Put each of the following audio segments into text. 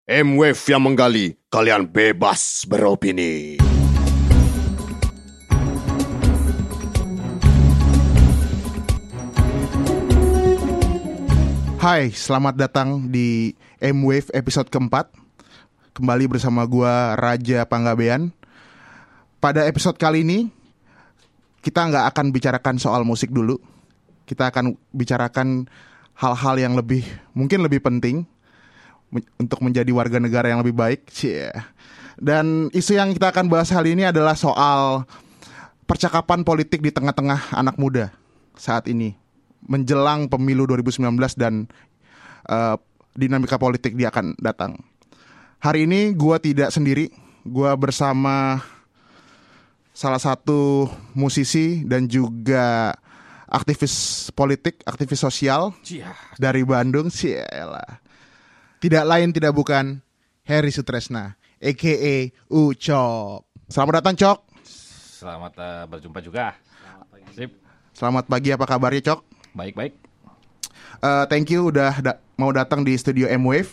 M-Wave yang menggali, kalian bebas beropini. Hai, selamat datang di M-Wave episode keempat. Kembali bersama gua Raja Panggabean. Pada episode kali ini kita nggak akan bicarakan soal musik dulu. Kita akan bicarakan hal-hal yang mungkin lebih penting untuk menjadi warga negara yang lebih baik. Dan isu yang kita akan bahas kali ini adalah soal percakapan politik di tengah-tengah anak muda saat ini menjelang pemilu 2019 dan dinamika politik dia akan datang. Hari ini gue tidak sendiri, gue bersama salah satu musisi dan juga aktivis politik, aktivis sosial dari Bandung. Tidak lain tidak bukan Heri Sutresna, a.k.a. Ucok. Selamat datang, Cok. Selamat berjumpa juga. Selamat pagi, apa kabarnya, Cok? Baik. Thank you udah mau datang di studio M-Wave.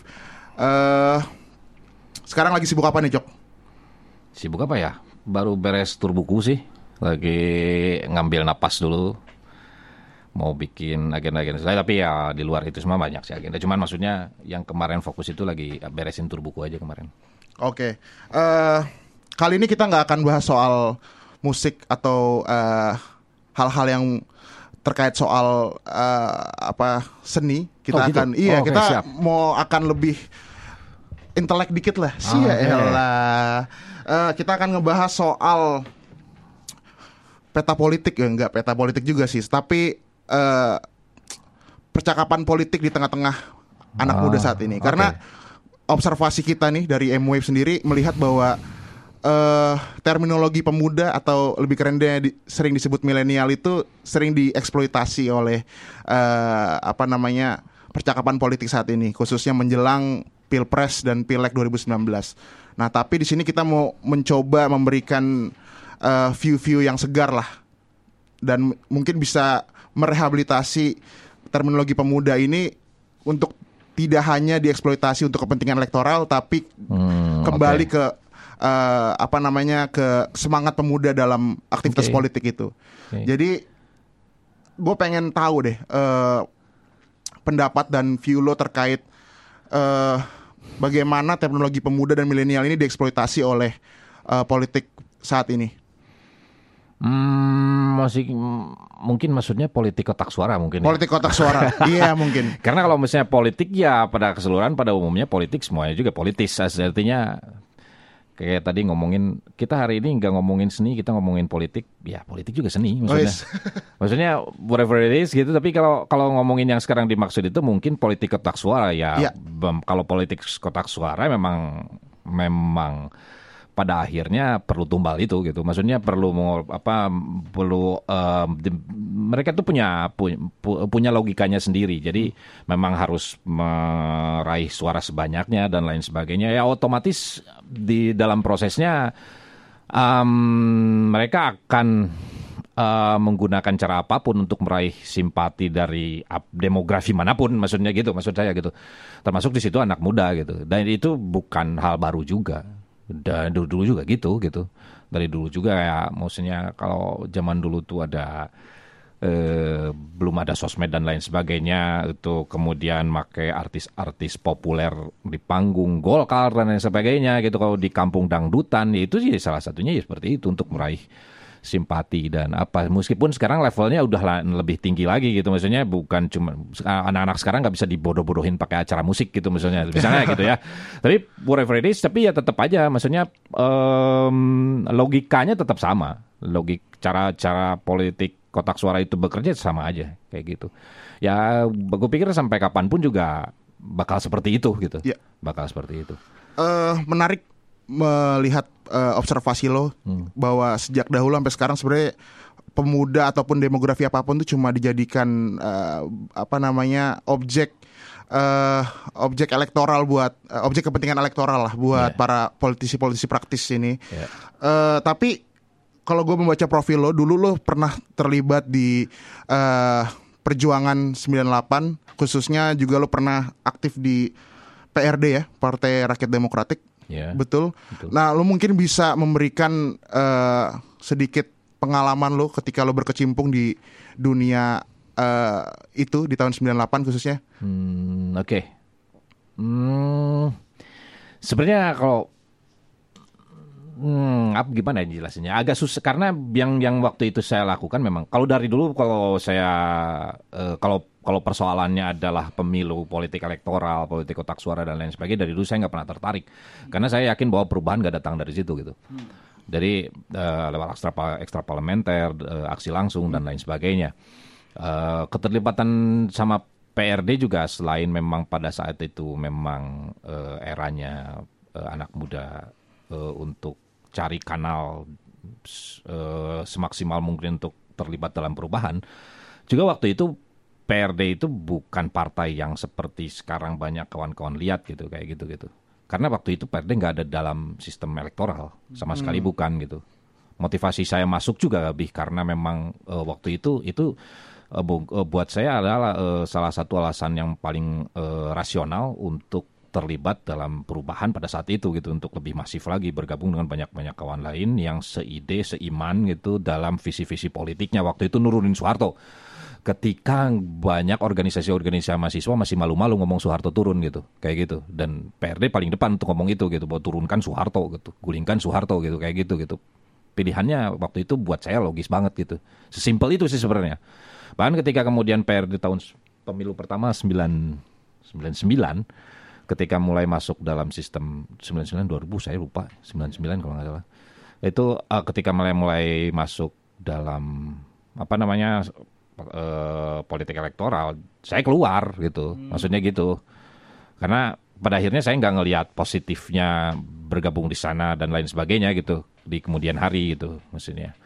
Sekarang lagi sibuk apa nih, Cok? Sibuk apa ya? Baru beres tur buku sih. Lagi ngambil napas dulu. Mau bikin agenda-agenda saya, tapi ya di luar itu semua banyak sih agenda. Cuman maksudnya yang kemarin fokus itu lagi beresin tur buku aja kemarin. Oke. Kali ini kita nggak akan bahas soal musik atau hal-hal yang terkait soal seni. Kita akan kita mau akan lebih intelek dikit lah. Kita akan ngebahas soal peta politik, ya enggak peta politik juga sih, tapi percakapan politik di tengah-tengah anak muda saat ini. Karena observasi kita nih dari M-Wave sendiri melihat bahwa terminologi pemuda atau lebih kerennya sering disebut milenial itu sering dieksploitasi oleh percakapan politik saat ini, khususnya menjelang Pilpres dan Pileg 2019. Nah, tapi di sini kita mau mencoba memberikan view-view yang segar lah, dan mungkin bisa merehabilitasi terminologi pemuda ini untuk tidak hanya dieksploitasi untuk kepentingan elektoral, tapi kembali ke ke semangat pemuda dalam aktivitas politik itu. Jadi gue pengen tahu deh pendapat dan view lo terkait bagaimana terminologi pemuda dan milenial ini dieksploitasi oleh politik saat ini. Mungkin maksudnya politik kotak suara mungkin. Politik kotak suara, iya mungkin. Karena kalau misalnya politik ya pada keseluruhan, pada umumnya politik semuanya juga politis. Artinya kayak tadi ngomongin, kita hari ini nggak ngomongin seni, kita ngomongin politik. Ya politik juga seni maksudnya. Maksudnya whatever it is gitu. Tapi kalau ngomongin yang sekarang dimaksud itu mungkin politik kotak suara ya. Kalau politik kotak suara memang pada akhirnya perlu tumbal itu gitu. Maksudnya mereka tuh punya logikanya sendiri. Jadi memang harus meraih suara sebanyaknya dan lain sebagainya. Ya otomatis di dalam prosesnya mereka akan menggunakan cara apapun untuk meraih simpati dari demografi manapun, maksudnya gitu, maksud saya gitu. Termasuk di situ anak muda gitu. Dan itu bukan hal baru juga. Dan dulu juga gitu. Dari dulu juga ya, maksudnya kalau zaman dulu tuh ada belum ada sosmed dan lain sebagainya, itu kemudian pakai artis-artis populer di panggung Golkar dan lain sebagainya gitu. Kalau di kampung dangdutan ya itu sih salah satunya ya seperti itu untuk meraih simpati dan apa, meskipun sekarang levelnya udah lebih tinggi lagi gitu, maksudnya bukan cuma anak-anak sekarang nggak bisa dibodoh-bodohin pakai acara musik gitu misalnya gitu ya, tapi whatever it is, tapi ya tetap aja maksudnya logikanya tetap sama, cara politik kotak suara itu bekerja sama aja kayak gitu ya. Gue pikir sampai kapanpun juga bakal seperti itu gitu, bakal seperti itu. Menarik melihat observasi lo bahwa sejak dahulu sampai sekarang sebenarnya pemuda ataupun demografi apapun itu cuma dijadikan objek elektoral buat objek kepentingan elektoral lah buat para politisi praktis ini. Tapi kalau gue membaca profil lo, dulu lo pernah terlibat di perjuangan 98, khususnya juga lo pernah aktif di PRD ya, Partai Rakyat Demokratik. Ya. Betul. Nah, lu mungkin bisa memberikan sedikit pengalaman lu ketika lu berkecimpung di dunia itu di tahun 98 khususnya. Oke. Sebenarnya kalau gimana ya jelasinnya? Agak susah karena yang waktu itu saya lakukan memang kalau dari dulu kalau saya kalau persoalannya adalah pemilu, politik elektoral, politik kotak suara dan lain sebagainya, dari dulu saya nggak pernah tertarik karena saya yakin bahwa perubahan nggak datang dari situ gitu. Jadi lewat ekstra parlementer, aksi langsung dan lain sebagainya. Keterlibatan sama PRD juga selain memang pada saat itu memang eranya anak muda untuk cari kanal semaksimal mungkin untuk terlibat dalam perubahan. Juga waktu itu PRD itu bukan partai yang seperti sekarang banyak kawan-kawan lihat gitu kayak gitu. Karena waktu itu PRD nggak ada dalam sistem elektoral sama sekali bukan gitu. Motivasi saya masuk juga lebih karena memang waktu itu buat saya adalah salah satu alasan yang paling rasional untuk terlibat dalam perubahan pada saat itu gitu untuk lebih masif lagi bergabung dengan banyak-banyak kawan lain yang seide, seiman gitu dalam visi-visi politiknya. Waktu itu nurunin Soeharto. Ketika banyak organisasi-organisasi mahasiswa masih malu-malu ngomong Soeharto turun gitu, kayak gitu. Dan PRD paling depan untuk ngomong itu gitu, bahwa turunkan Soeharto gitu, gulingkan Soeharto gitu, kayak gitu. Pilihannya waktu itu buat saya logis banget gitu. Sesimpel itu sih sebenarnya. Bahkan ketika kemudian PRD tahun pemilu pertama 99 ketika mulai masuk dalam sistem 99 2000 saya lupa 99 kalau nggak salah itu ketika mulai masuk dalam politik elektoral saya keluar gitu maksudnya gitu karena pada akhirnya saya nggak ngelihat positifnya bergabung di sana dan lain sebagainya gitu di kemudian hari gitu maksudnya.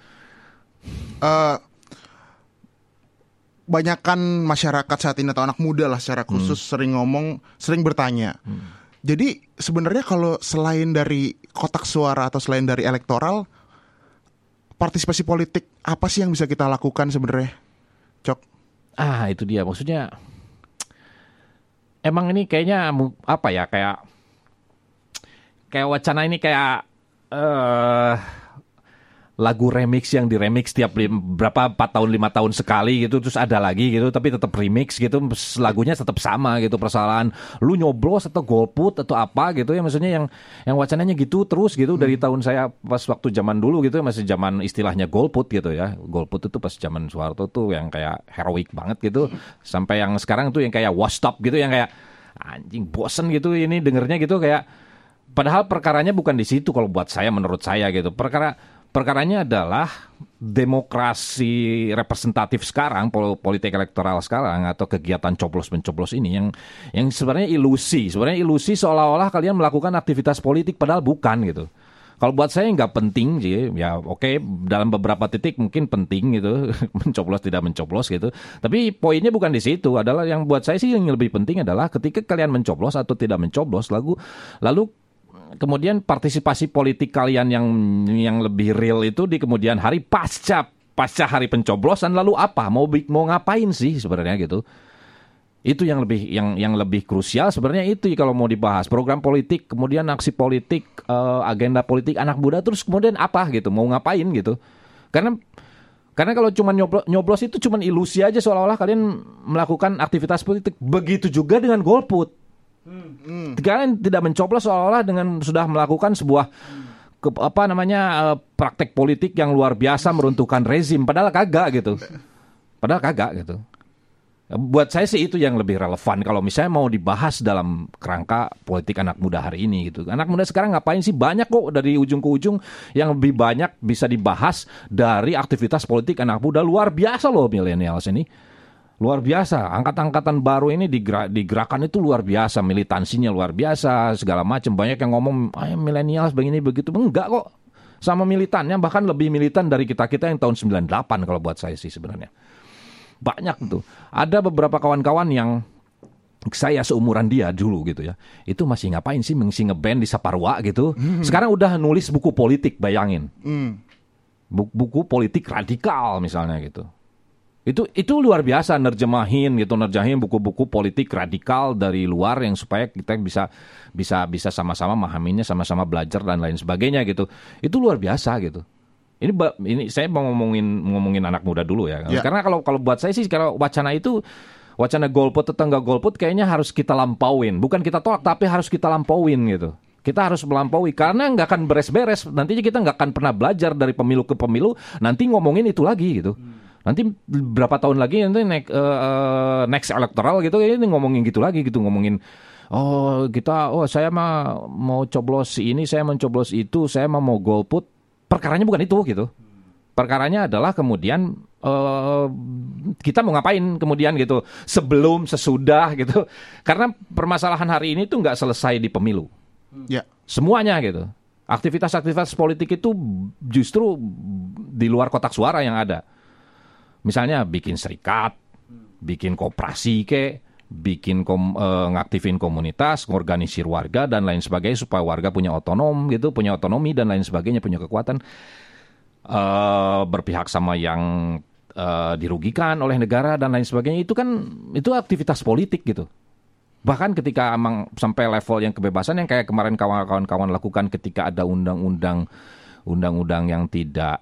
Banyakan masyarakat saat ini atau anak muda lah secara khusus sering bertanya. Jadi sebenarnya kalau selain dari kotak suara atau selain dari elektoral, partisipasi politik apa sih yang bisa kita lakukan sebenarnya, Cok? Itu dia maksudnya. Emang ini kayaknya apa ya kayak wacana ini kayak lagu remix yang diremix tiap 4 tahun 5 tahun sekali gitu terus ada lagi gitu tapi tetap remix gitu lagunya tetap sama gitu persoalan lu nyoblos atau golput atau apa gitu ya maksudnya yang wacananya gitu terus gitu dari tahun saya pas waktu zaman dulu gitu masih zaman istilahnya golput gitu ya golput itu pas zaman Soeharto tuh yang kayak heroik banget gitu sampai yang sekarang tuh yang kayak washed up gitu yang kayak anjing bosen gitu ini dengernya gitu kayak padahal perkaranya bukan di situ kalau buat saya menurut saya gitu Perkaranya adalah demokrasi representatif sekarang, politik elektoral sekarang atau kegiatan coblos-mencoblos ini yang sebenarnya ilusi seolah-olah kalian melakukan aktivitas politik padahal bukan gitu. Kalau buat saya nggak penting sih, ya oke, dalam beberapa titik mungkin penting gitu, mencoblos tidak mencoblos gitu. Tapi poinnya bukan di situ, adalah yang buat saya sih yang lebih penting adalah ketika kalian mencoblos atau tidak mencoblos, lalu kemudian partisipasi politik kalian yang lebih real itu di kemudian hari pasca hari pencoblosan lalu apa mau ngapain sih sebenarnya gitu. Itu yang lebih krusial sebenarnya itu kalau mau dibahas program politik kemudian aksi politik agenda politik anak muda terus kemudian apa gitu mau ngapain gitu. Karena kalau cuma nyoblos itu cuma ilusi aja seolah-olah kalian melakukan aktivitas politik. Begitu juga dengan golput. Kalian tidak mencoblos seolah-olah dengan sudah melakukan sebuah praktek politik yang luar biasa meruntuhkan rezim padahal kagak gitu. Buat saya sih itu yang lebih relevan kalau misalnya mau dibahas dalam kerangka politik anak muda hari ini gitu. Anak muda sekarang ngapain sih? Banyak kok dari ujung ke ujung yang lebih banyak bisa dibahas dari aktivitas politik anak muda luar biasa loh milenials ini. Luar biasa, angkatan baru ini digerakkan itu luar biasa, militansinya luar biasa, segala macam. Banyak yang ngomong, milenial begini begitu. Enggak kok, sama militannya, bahkan lebih militan dari kita yang tahun 98 kalau buat saya sih sebenarnya. Banyak tuh. Ada beberapa kawan-kawan yang saya seumuran dia dulu gitu ya. Itu masih ngapain sih, masih ngeband di Saparwa gitu. Sekarang udah nulis buku politik, bayangin. Buku politik radikal misalnya gitu. Itu luar biasa nerjemahin buku-buku politik radikal dari luar yang supaya kita bisa sama-sama memahaminya, sama-sama belajar dan lain sebagainya gitu. Itu luar biasa gitu. Ini saya mau ngomongin anak muda dulu ya. Karena kalau buat saya sih kalau wacana golput atau enggak golput kayaknya harus kita lampauin. Bukan kita tolak tapi harus kita lampauin gitu. Kita harus melampaui karena nggak akan beres-beres. Nantinya kita nggak akan pernah belajar dari pemilu ke pemilu. Nanti ngomongin itu lagi gitu. Nanti berapa tahun lagi nanti next electoral gitu ini ngomongin gitu lagi gitu, ngomongin saya mah mau coblos ini, saya mencoblos itu, saya mau golput. Perkaranya bukan itu gitu. Perkaranya adalah kemudian kita mau ngapain kemudian gitu, sebelum, sesudah gitu. Karena permasalahan hari ini tuh nggak selesai di pemilu. Semuanya gitu. Aktivitas-aktivitas politik itu justru di luar kotak suara yang ada. Misalnya bikin serikat, bikin koperasi bikin ngaktifin komunitas, ngorganisir warga dan lain sebagainya supaya warga punya otonomi dan lain sebagainya, punya kekuatan berpihak sama yang dirugikan oleh negara dan lain sebagainya. Itu aktivitas politik gitu. Bahkan ketika emang sampai level yang kebebasan yang kayak kemarin kawan-kawan lakukan ketika ada undang-undang yang tidak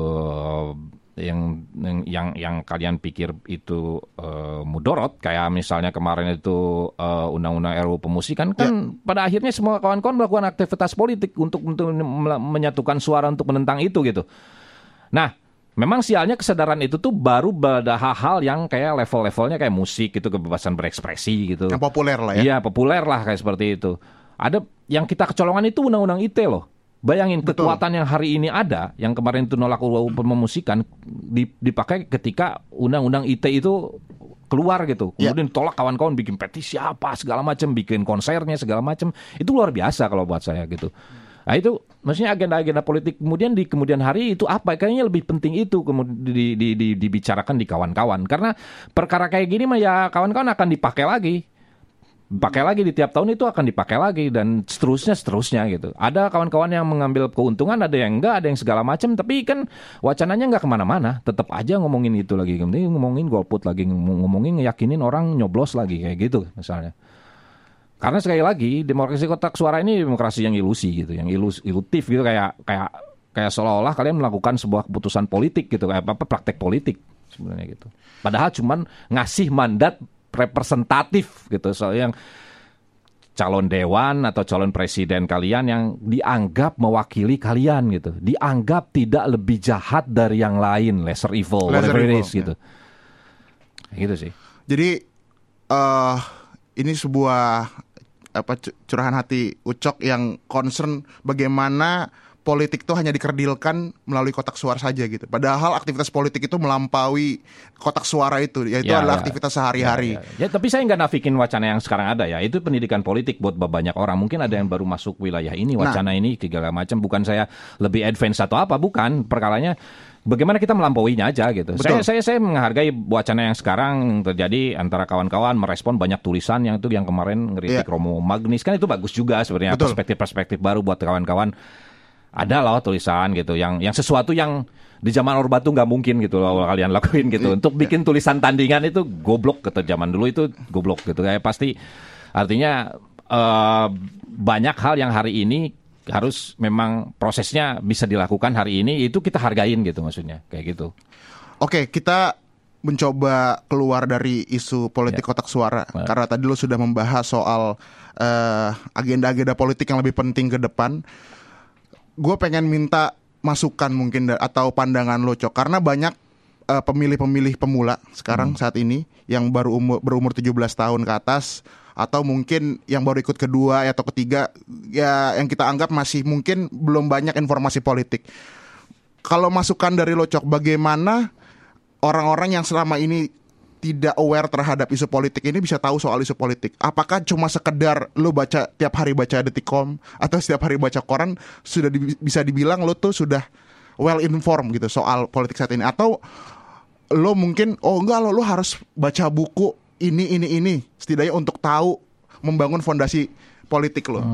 yang kalian pikir itu mudorot, kayak misalnya kemarin itu undang-undang RUU pemusikan kan pada akhirnya semua kawan-kawan melakukan aktivitas politik untuk menyatukan suara untuk menentang itu gitu. Nah, memang sialnya kesadaran itu tuh baru pada hal-hal yang kayak level-levelnya kayak musik gitu, kebebasan berekspresi gitu. Yang populer lah ya. Iya, populer lah kayak seperti itu. Ada yang kita kecolongan itu undang-undang ITE loh. Bayangin kekuatan yang hari ini ada, yang kemarin itu nolak UU pemusikan, dipakai ketika undang-undang ITE itu keluar gitu. Kemudian tolak kawan-kawan bikin petisi apa segala macam, bikin konsernya segala macam. Itu luar biasa kalau buat saya gitu. Nah itu maksudnya agenda-agenda politik kemudian di kemudian hari itu apa? Kayaknya lebih penting itu kemudian dibicarakan di kawan-kawan. Karena perkara kayak gini mah ya kawan-kawan akan dipakai lagi. Di tiap tahun itu akan dipakai lagi dan seterusnya gitu. Ada kawan-kawan yang mengambil keuntungan, ada yang enggak, ada yang segala macam. Tapi kan wacananya enggak kemana-mana. Tetap aja ngomongin itu lagi, kemudian ngomongin golput lagi, ngomongin ngeyakinin orang nyoblos lagi kayak gitu misalnya. Karena sekali lagi demokrasi kotak suara ini demokrasi yang ilusi gitu, yang ilutif gitu, kayak seolah-olah kalian melakukan sebuah keputusan politik gitu, kayak apa praktek politik sebenarnya gitu. Padahal cuman ngasih mandat representatif gitu, yang calon dewan atau calon presiden kalian yang dianggap mewakili kalian gitu, dianggap tidak lebih jahat dari yang lain, lesser evil, whatever it is gitu. Gitu sih. Jadi ini sebuah curahan hati Ucok yang concern bagaimana politik itu hanya dikerdilkan melalui kotak suara saja gitu. Padahal aktivitas politik itu melampaui kotak suara itu, yaitu adalah aktivitas sehari-hari. Ya, tapi saya nggak nafikin wacana yang sekarang ada ya. Itu pendidikan politik buat banyak orang. Mungkin ada yang baru masuk wilayah ini, wacana ini segala macam. Bukan saya lebih advance atau apa, bukan. Perkalanya bagaimana kita melampauinya aja gitu. Saya menghargai wacana yang sekarang terjadi antara kawan-kawan merespon banyak tulisan yang kemarin ngeritik Romo Magnis, kan itu bagus juga sebenarnya, perspektif-perspektif baru buat kawan-kawan. Ada loh tulisan gitu yang sesuatu yang di zaman Orde Baru nggak mungkin gitu loh kalian lakuin gitu. Untuk bikin tulisan tandingan itu goblok gitu, zaman dulu itu goblok gitu. Kayak pasti artinya banyak hal yang hari ini harus memang prosesnya bisa dilakukan hari ini, itu kita hargain gitu maksudnya kayak gitu. Oke, kita mencoba keluar dari isu politik kotak suara karena tadi lo sudah membahas soal agenda-agenda politik yang lebih penting ke depan. Gue pengen minta masukan mungkin atau pandangan lo, Cok, karena banyak pemilih-pemilih pemula sekarang saat ini yang baru berumur 17 tahun ke atas, atau mungkin yang baru ikut kedua atau ketiga, ya yang kita anggap masih mungkin belum banyak informasi politik. Kalau masukan dari lo, Cok, bagaimana orang-orang yang selama ini tidak aware terhadap isu politik ini bisa tahu soal isu politik? Apakah cuma sekedar lo tiap hari baca Detikcom atau setiap hari baca koran sudah bisa dibilang lo tuh sudah well informed gitu soal politik saat ini? Atau lo mungkin lo harus baca buku ini setidaknya untuk tahu membangun fondasi politik lo?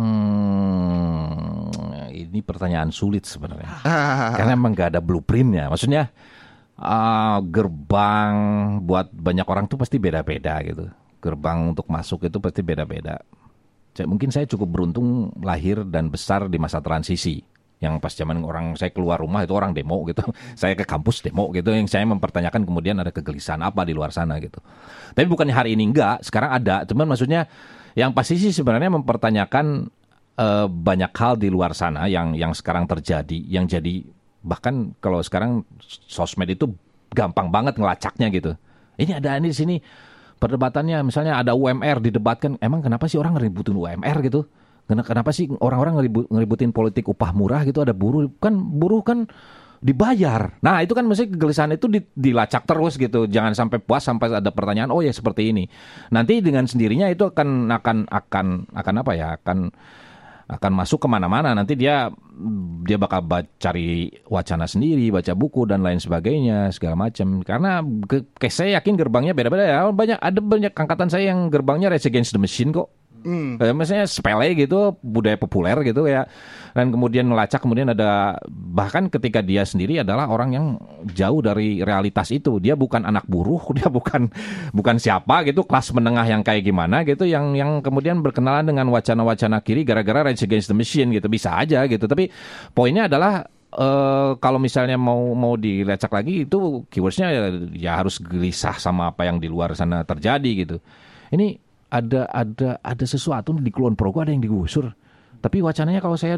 Ini pertanyaan sulit sebenarnya. Karena emang gak ada blueprintnya. Maksudnya Gerbang buat banyak orang tuh pasti beda-beda gitu. Gerbang untuk masuk itu pasti beda-beda. Mungkin saya cukup beruntung lahir dan besar di masa transisi. Yang pas zaman orang saya keluar rumah itu orang demo gitu. Saya ke kampus demo gitu. Yang saya mempertanyakan kemudian ada kegelisahan apa di luar sana gitu. Tapi bukannya hari ini enggak, sekarang ada. Cuman maksudnya yang pasti sih sebenarnya mempertanyakan banyak hal di luar sana yang sekarang terjadi. Yang jadi bahkan kalau sekarang sosmed itu gampang banget ngelacaknya gitu. Ini ada ini di sini perdebatannya, misalnya ada UMR didebatkan. Emang kenapa sih orang ngeributin UMR gitu? Kenapa sih orang-orang ngeributin politik upah murah gitu? Ada buruh kan dibayar. Nah itu kan mesti kegelisahan itu dilacak terus gitu. Jangan sampai puas sampai ada pertanyaan. Oh ya seperti ini. Nanti dengan sendirinya itu akan apa ya? Akan masuk kemana-mana. Nanti dia bakal cari wacana sendiri, baca buku dan lain sebagainya, segala macam. Karena saya yakin gerbangnya beda-beda ya. Ada banyak angkatan saya yang gerbangnya Rage Against the Machine kok. Misalnya sepele gitu, budaya populer gitu ya. Dan kemudian melacak, kemudian ada bahkan ketika dia sendiri adalah orang yang jauh dari realitas itu. Dia bukan anak buruh, dia bukan siapa gitu, kelas menengah yang kayak gimana gitu, yang kemudian berkenalan dengan wacana-wacana kiri gara-gara Rage Against the Machine gitu, bisa aja gitu. Tapi poinnya adalah kalau misalnya mau dilacak lagi itu keywordsnya ya harus gelisah sama apa yang di luar sana terjadi gitu. Ini ada sesuatu di Kulon Progo ada yang digusur. Tapi wacananya kalau saya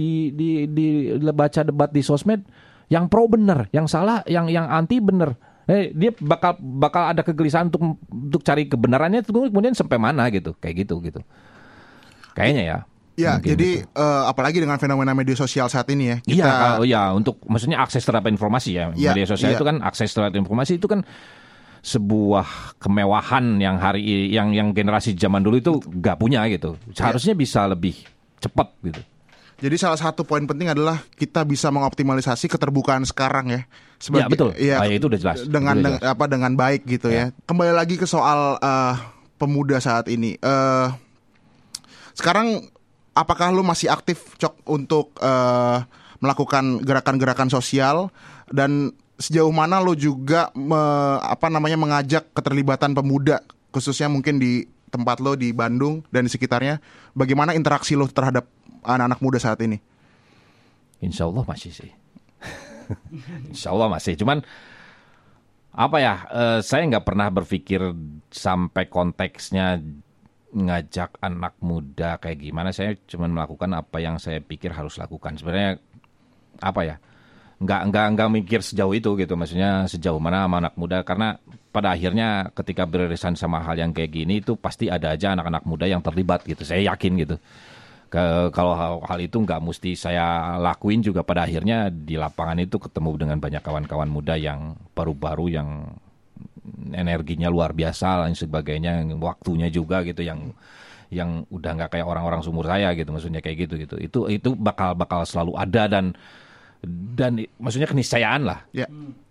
baca debat di sosmed, yang pro bener, yang salah, yang anti bener. Dia bakal ada kegelisahan untuk cari kebenarannya kemudian sampai mana gitu, kayak gitu. Kayaknya ya. Ya, jadi gitu. Apalagi dengan fenomena media sosial saat ini ya. Iya, untuk maksudnya akses terhadap informasi ya. Media sosial itu kan akses terhadap informasi itu kan sebuah kemewahan yang generasi zaman dulu itu nggak punya gitu. Seharusnya bisa lebih cepat gitu. Jadi salah satu poin penting adalah kita bisa mengoptimalisasi keterbukaan sekarang ya. Ya betul. Itu udah jelas. Dengan baik gitu ya. Kembali lagi ke soal pemuda saat ini. Sekarang apakah lu masih aktif Cok untuk melakukan gerakan-gerakan sosial, dan sejauh mana lo juga mengajak keterlibatan pemuda, khususnya mungkin di tempat lo di Bandung dan di sekitarnya? Bagaimana interaksi lo terhadap anak-anak muda saat ini? Insya Allah masih sih. Insya Allah masih. Cuman saya nggak pernah berpikir sampai konteksnya ngajak anak muda kayak gimana. Saya cuma melakukan apa yang saya pikir harus lakukan. Sebenarnya nggak mikir sejauh itu gitu, maksudnya sejauh mana sama anak muda, karena pada akhirnya ketika beririsan sama hal yang kayak gini itu pasti ada aja anak-anak muda yang terlibat gitu, saya yakin gitu. Kalau hal itu nggak mesti saya lakuin juga, pada akhirnya di lapangan itu ketemu dengan banyak kawan-kawan muda yang baru-baru, yang energinya luar biasa dan sebagainya, waktunya juga gitu yang udah nggak kayak orang-orang seumur saya gitu, maksudnya kayak gitu. Itu bakal selalu ada dan maksudnya keniscayaan lah. Ya.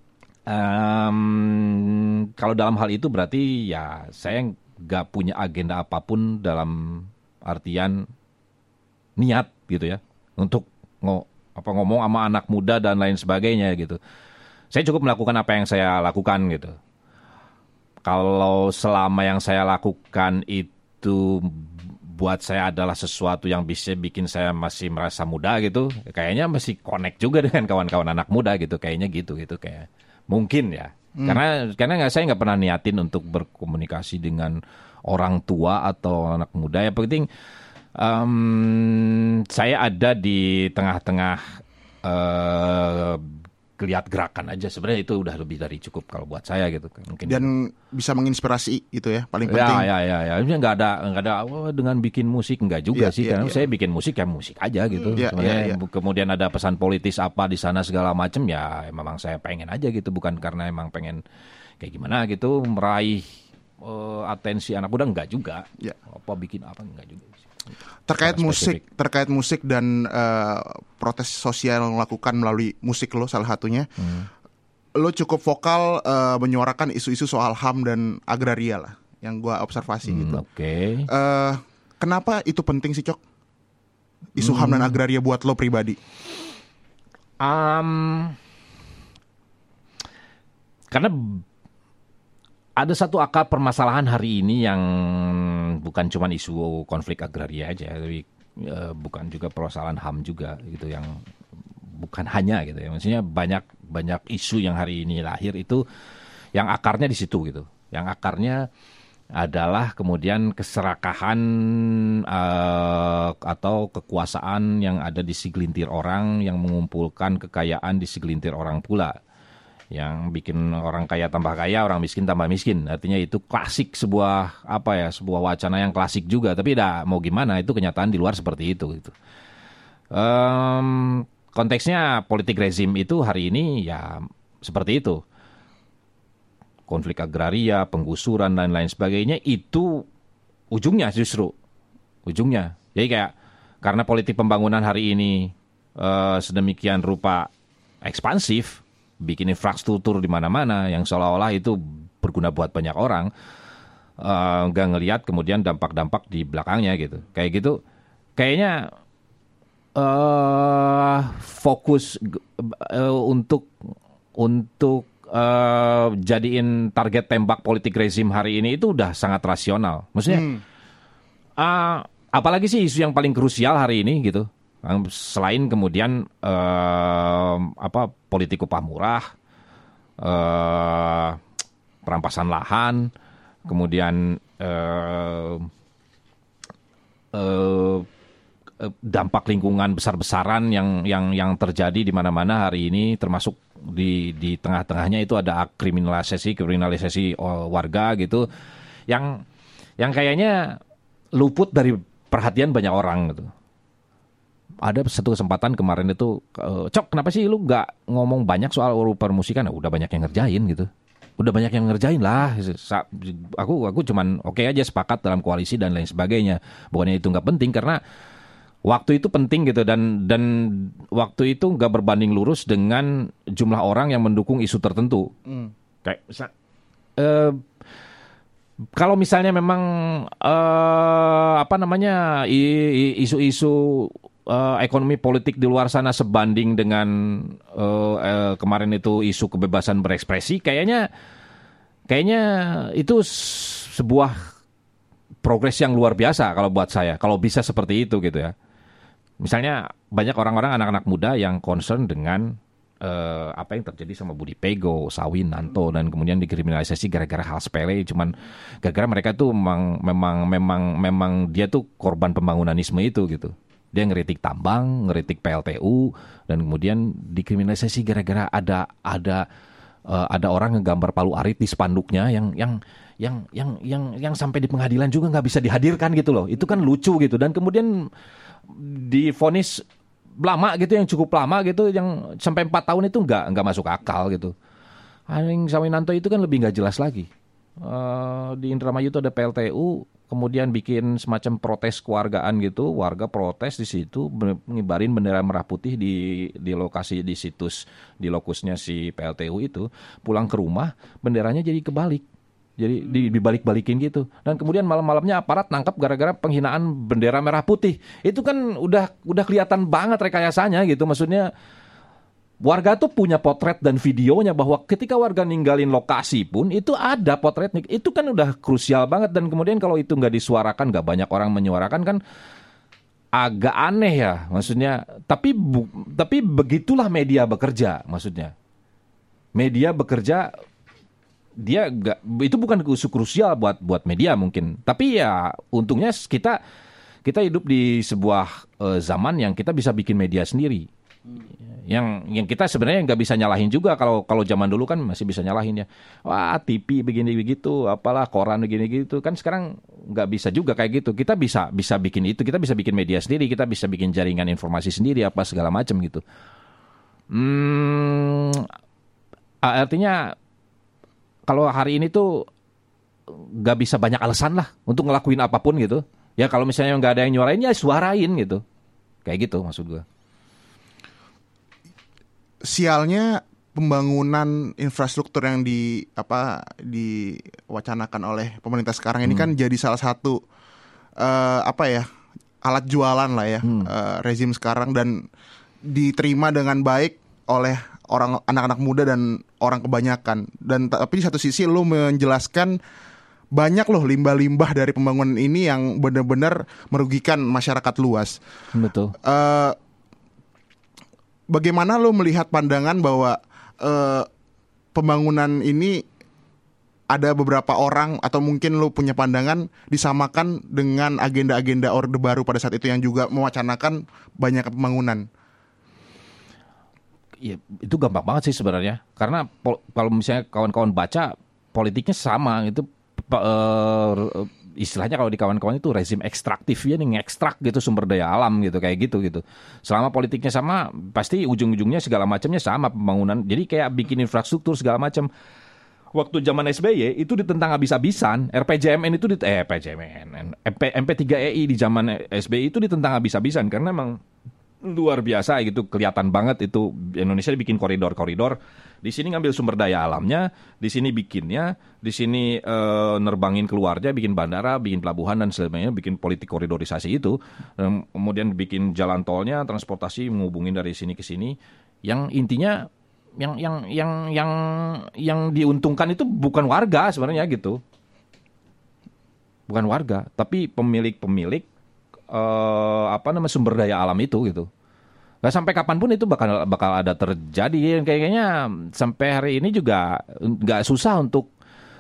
Kalau dalam hal itu berarti ya saya nggak punya agenda apapun dalam artian niat gitu ya untuk ngomong sama anak muda dan lain sebagainya gitu. Saya cukup melakukan apa yang saya lakukan gitu. Kalau selama yang saya lakukan itu buat saya adalah sesuatu yang bisa bikin saya masih merasa muda gitu, kayaknya masih connect juga dengan kawan-kawan anak muda gitu, kayaknya gitu kayak mungkin ya. Karena saya nggak pernah niatin untuk berkomunikasi dengan orang tua atau anak muda. Yang penting saya ada di tengah-tengah lihat gerakan aja, sebenarnya itu udah lebih dari cukup kalau buat saya gitu mungkin. Dan bisa menginspirasi itu ya, paling penting. Ya. Nggak ada dengan bikin musik enggak juga sih, karena saya bikin musik ya musik aja gitu. Kemudian ada pesan politis apa di sana segala macam ya, memang saya pengen aja gitu, bukan karena emang pengen kayak gimana gitu meraih atensi anak muda, enggak juga. Ya. Apa bikin apa enggak juga. Terkait musik dan protes sosial yang dilakukan melalui musik lo salah satunya, lo cukup vokal menyuarakan isu-isu soal HAM dan agraria lah, yang gue observasi gitu. Oke. Kenapa itu penting sih Cok? Isu HAM dan agraria buat lo pribadi? karena ada satu akar permasalahan hari ini yang bukan cuma isu konflik agraria aja, tapi bukan juga permasalahan HAM juga gitu, yang bukan hanya gitu ya. Maksudnya banyak isu yang hari ini lahir itu yang akarnya di situ gitu. Yang akarnya adalah kemudian keserakahan atau kekuasaan yang ada di segelintir orang yang mengumpulkan kekayaan di segelintir orang pula. Yang bikin orang kaya tambah kaya, orang miskin tambah miskin. Artinya itu klasik sebuah wacana yang klasik juga. Tapi mau gimana, itu kenyataan di luar seperti itu gitu. Konteksnya politik rezim itu hari ini ya seperti itu. Konflik agraria, penggusuran dan lain sebagainya itu ujungnya justru. Ujungnya. Jadi kayak karena politik pembangunan hari ini sedemikian rupa ekspansif, bikin infrastruktur di mana-mana yang seolah-olah itu berguna buat banyak orang, nggak ngelihat kemudian dampak-dampak di belakangnya gitu. Kayak gitu, kayaknya fokus untuk jadiin target tembak politik rezim hari ini itu udah sangat rasional. Maksudnya, apalagi sih isu yang paling krusial hari ini gitu. Selain kemudian politik upah murah, perampasan lahan, kemudian dampak lingkungan besar-besaran yang terjadi di mana-mana hari ini, termasuk di tengah-tengahnya itu ada kriminalisasi warga gitu, yang kayaknya luput dari perhatian banyak orang gitu. Ada satu kesempatan kemarin itu, Cok, kenapa sih lu nggak ngomong banyak soal permusikan? Nah, udah banyak yang ngerjain gitu. Udah banyak yang ngerjain lah. Aku cuman oke aja sepakat dalam koalisi dan lain sebagainya. Bukannya itu nggak penting, karena waktu itu penting gitu, dan waktu itu nggak berbanding lurus dengan jumlah orang yang mendukung isu tertentu. Kayak kalau misalnya memang isu-isu ekonomi politik di luar sana sebanding dengan kemarin itu isu kebebasan berekspresi, kayaknya itu sebuah progres yang luar biasa kalau buat saya, kalau bisa seperti itu gitu ya. Misalnya banyak orang-orang, anak-anak muda yang concern dengan apa yang terjadi sama Budi Pego, Sawinanto, dan kemudian dikriminalisasi gara-gara hal sepele, cuman gara-gara mereka tuh memang dia tuh korban pembangunanisme itu gitu. Dia ngeritik tambang, ngeritik PLTU, dan kemudian dikriminalisasi gara-gara ada orang ngegambar Palu Arit di spanduknya yang sampai di pengadilan juga nggak bisa dihadirkan gitu loh. Itu kan lucu gitu, dan kemudian divonis lama gitu, yang cukup lama gitu, yang sampai 4 tahun itu nggak masuk akal gitu. Sawinanto itu kan lebih nggak jelas lagi. Di Indramayu itu ada PLTU, kemudian bikin semacam protes kewargaan gitu, warga protes di situ, ngibarin bendera merah putih di lokasi, di situs, di lokusnya si PLTU itu. Pulang ke rumah, benderanya jadi kebalik, jadi dibalik-balikin gitu. Dan kemudian malam-malamnya aparat nangkap gara-gara penghinaan bendera merah putih. Itu kan udah kelihatan banget rekayasanya gitu. Maksudnya warga tuh punya potret dan videonya, bahwa ketika warga ninggalin lokasi pun itu ada potretnya. Itu kan udah krusial banget. Dan kemudian kalau itu nggak disuarakan, nggak banyak orang menyuarakan, kan agak aneh ya. Maksudnya, tapi begitulah media bekerja. Maksudnya, media bekerja, dia nggak, itu bukan isu krusial buat media mungkin. Tapi ya untungnya kita hidup di sebuah zaman yang kita bisa bikin media sendiri. Yang kita sebenarnya nggak bisa nyalahin juga. Kalau zaman dulu kan masih bisa nyalahin ya. Wah, TV begini begitu, apalah koran begini gitu. Kan sekarang nggak bisa juga kayak gitu. Kita bisa bikin itu. Kita bisa bikin media sendiri. Kita bisa bikin jaringan informasi sendiri, apa segala macam gitu. Artinya kalau hari ini tuh nggak bisa banyak alasan lah untuk ngelakuin apapun gitu. Ya kalau misalnya nggak ada yang nyuarain, ya suarain gitu. Kayak gitu maksud gue. Sialnya pembangunan infrastruktur yang diwacanakan oleh pemerintah sekarang ini kan jadi salah satu alat jualan lah ya rezim sekarang, dan diterima dengan baik oleh orang anak-anak muda dan orang kebanyakan. Dan tapi di satu sisi lu menjelaskan banyak loh limbah-limbah dari pembangunan ini yang benar-benar merugikan masyarakat luas. Betul. Bagaimana lu melihat pandangan bahwa pembangunan ini ada beberapa orang atau mungkin lu punya pandangan disamakan dengan agenda-agenda Orde Baru pada saat itu yang juga mewacanakan banyak pembangunan? Ya, itu gampang banget sih sebenarnya. Karena kalau misalnya kawan-kawan baca politiknya sama itu istilahnya kalau di kawan-kawan itu rezim ekstraktif ya, nih ngekstrak gitu sumber daya alam gitu kayak gitu. Selama politiknya sama pasti ujung-ujungnya segala macamnya sama pembangunan. Jadi kayak bikin infrastruktur segala macam. Waktu zaman SBY itu ditentang habis-habisan, RPJMN itu MP3EI di zaman SBY itu ditentang habis-habisan karena memang luar biasa gitu, kelihatan banget itu Indonesia bikin koridor-koridor. Di sini ngambil sumber daya alamnya, di sini bikinnya, di sini nerbangin keluarnya, bikin bandara, bikin pelabuhan dan sebagainya, bikin politik koridorisasi itu. Kemudian bikin jalan tolnya, transportasi menghubungin dari sini ke sini. Yang intinya yang diuntungkan itu bukan warga sebenarnya gitu, bukan warga, tapi pemilik sumber daya alam itu gitu. Nah, sampai kapanpun itu bakal ada terjadi. Kayaknya sampai hari ini juga nggak susah untuk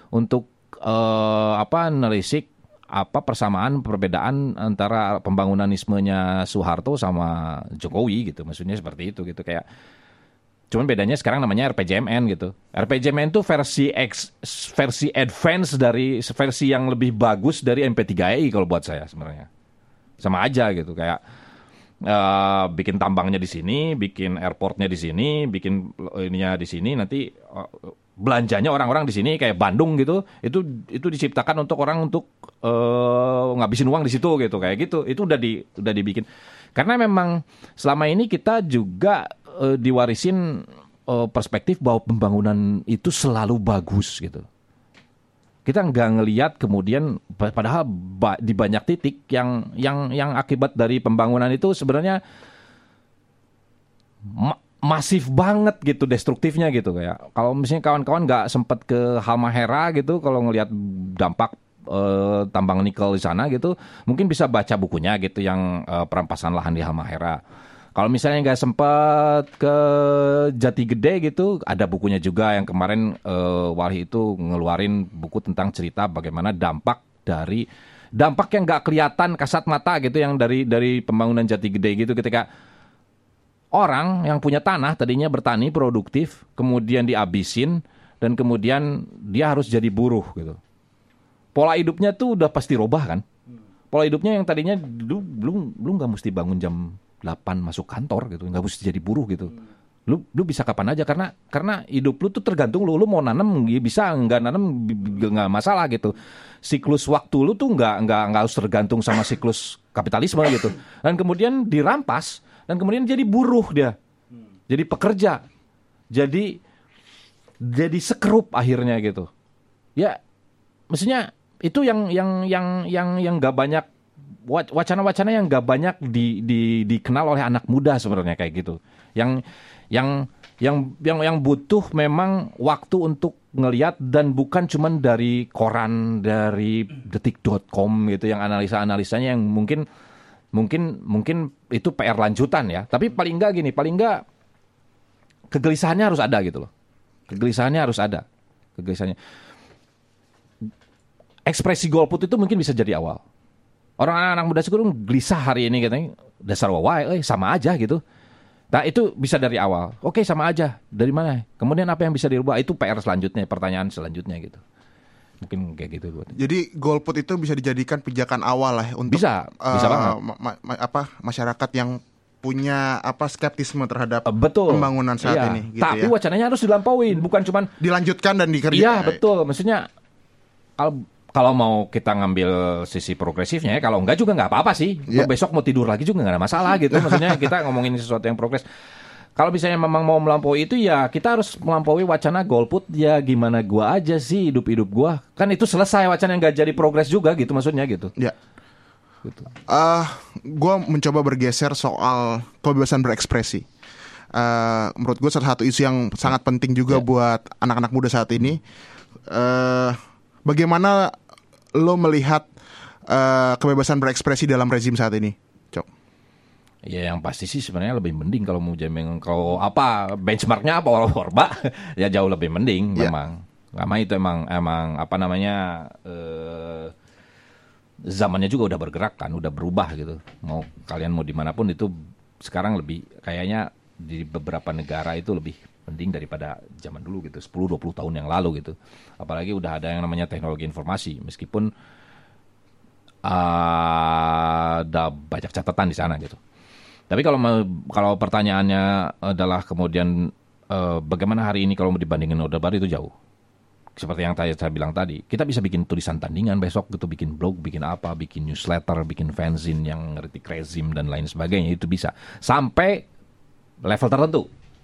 nelisik persamaan perbedaan antara pembangunanismenya Soeharto sama Jokowi gitu. Maksudnya seperti itu gitu, kayak cuman bedanya sekarang namanya RPJMN gitu. RPJMN itu versi advance dari versi yang lebih bagus dari MP3EI kalau buat saya sebenarnya. Sama aja gitu, kayak bikin tambangnya di sini, bikin airportnya di sini, bikin ininya di sini, nanti belanjanya orang-orang di sini kayak Bandung gitu. Itu diciptakan untuk orang untuk ngabisin uang di situ gitu, kayak gitu. Itu udah dibikin. Karena memang selama ini kita juga diwarisin perspektif bahwa pembangunan itu selalu bagus gitu. Kita nggak ngelihat kemudian, padahal di banyak titik yang akibat dari pembangunan itu sebenarnya masif banget gitu, destruktifnya gitu. Kayak kalau misalnya kawan-kawan nggak sempat ke Halmahera gitu, kalau ngelihat dampak tambang nikel di sana gitu, mungkin bisa baca bukunya gitu yang perampasan lahan di Halmahera. Kalau misalnya nggak sempat ke Jati Gede gitu, ada bukunya juga yang kemarin Walhi itu ngeluarin buku tentang cerita bagaimana dampak yang nggak kelihatan kasat mata gitu, yang dari pembangunan Jati Gede gitu, ketika orang yang punya tanah tadinya bertani produktif, kemudian dihabisin dan kemudian dia harus jadi buruh gitu. Pola hidupnya tuh udah pasti robah kan. Pola hidupnya yang tadinya belum nggak mesti bangun jam 8 masuk kantor gitu, nggak mesti jadi buruh gitu. Lu bisa kapan aja, karena hidup lu tuh tergantung lu mau nanam bisa, nggak nanam nggak masalah gitu. Siklus waktu lu tuh nggak harus tergantung sama siklus kapitalisme gitu. Dan kemudian dirampas dan kemudian jadi buruh dia, jadi pekerja, jadi sekerup akhirnya gitu. Ya, maksudnya itu yang nggak banyak, wacana-wacana yang nggak banyak dikenal oleh anak muda sebenarnya kayak gitu. Yang butuh memang waktu untuk ngelihat, dan bukan cuman dari koran, dari detik.com gitu, yang analisa-analisanya yang mungkin itu PR lanjutan ya. Tapi paling nggak kegelisahannya harus ada gitu loh. Kegelisahannya. Ekspresi golput itu mungkin bisa jadi awal. Orang anak muda sekarang gelisah hari ini katanya, dasar wawai, sama aja gitu. Nah itu bisa dari awal. Oke, sama aja. Dari mana? Kemudian apa yang bisa dirubah? Itu PR selanjutnya, pertanyaan selanjutnya gitu. Mungkin kayak gitu. Jadi golput itu bisa dijadikan pijakan awal lah untuk bisa banget. Masyarakat yang punya skeptisme terhadap betul. Pembangunan saat ini. Gitu. Tapi wacananya harus dilampauin, bukan cuman dilanjutkan dan dikerjakan. Iya betul. Maksudnya kalau mau kita ngambil sisi progresifnya, kalau enggak juga nggak apa-apa sih. Besok mau tidur lagi juga nggak ada masalah gitu. Maksudnya kita ngomongin sesuatu yang progres. Kalau misalnya memang mau melampaui itu, ya kita harus melampaui wacana golput. Ya gimana gua aja sih hidup gua. Kan itu selesai, wacana yang nggak jadi progres juga gitu maksudnya gitu. Ya. Gitu. Gua mencoba bergeser soal kebebasan berekspresi. menurut gue salah satu isu yang sangat penting juga buat anak-anak muda saat ini. Bagaimana lo melihat kebebasan berekspresi dalam rezim saat ini, Cok? Ya yang pasti sih sebenarnya lebih mending kalau mau jamin, kalau apa benchmarknya apa Orba ya jauh lebih mending memang. Karena itu emang apa namanya zamannya juga udah bergerak kan, udah berubah gitu. Kalian mau dimanapun itu sekarang lebih kayaknya di beberapa negara itu lebih penting daripada zaman dulu gitu, 10-20 tahun yang lalu gitu. Apalagi udah ada yang namanya teknologi informasi, meskipun ada banyak catatan di sana gitu. Tapi kalau pertanyaannya adalah kemudian bagaimana hari ini kalau mau dibandingin Orde Baru, itu jauh. Seperti yang saya bilang tadi, kita bisa bikin tulisan tandingan besok gitu, bikin blog, bikin apa, bikin newsletter, bikin fanzine yang ngeritik rezim dan lain sebagainya, itu bisa sampai level tertentu.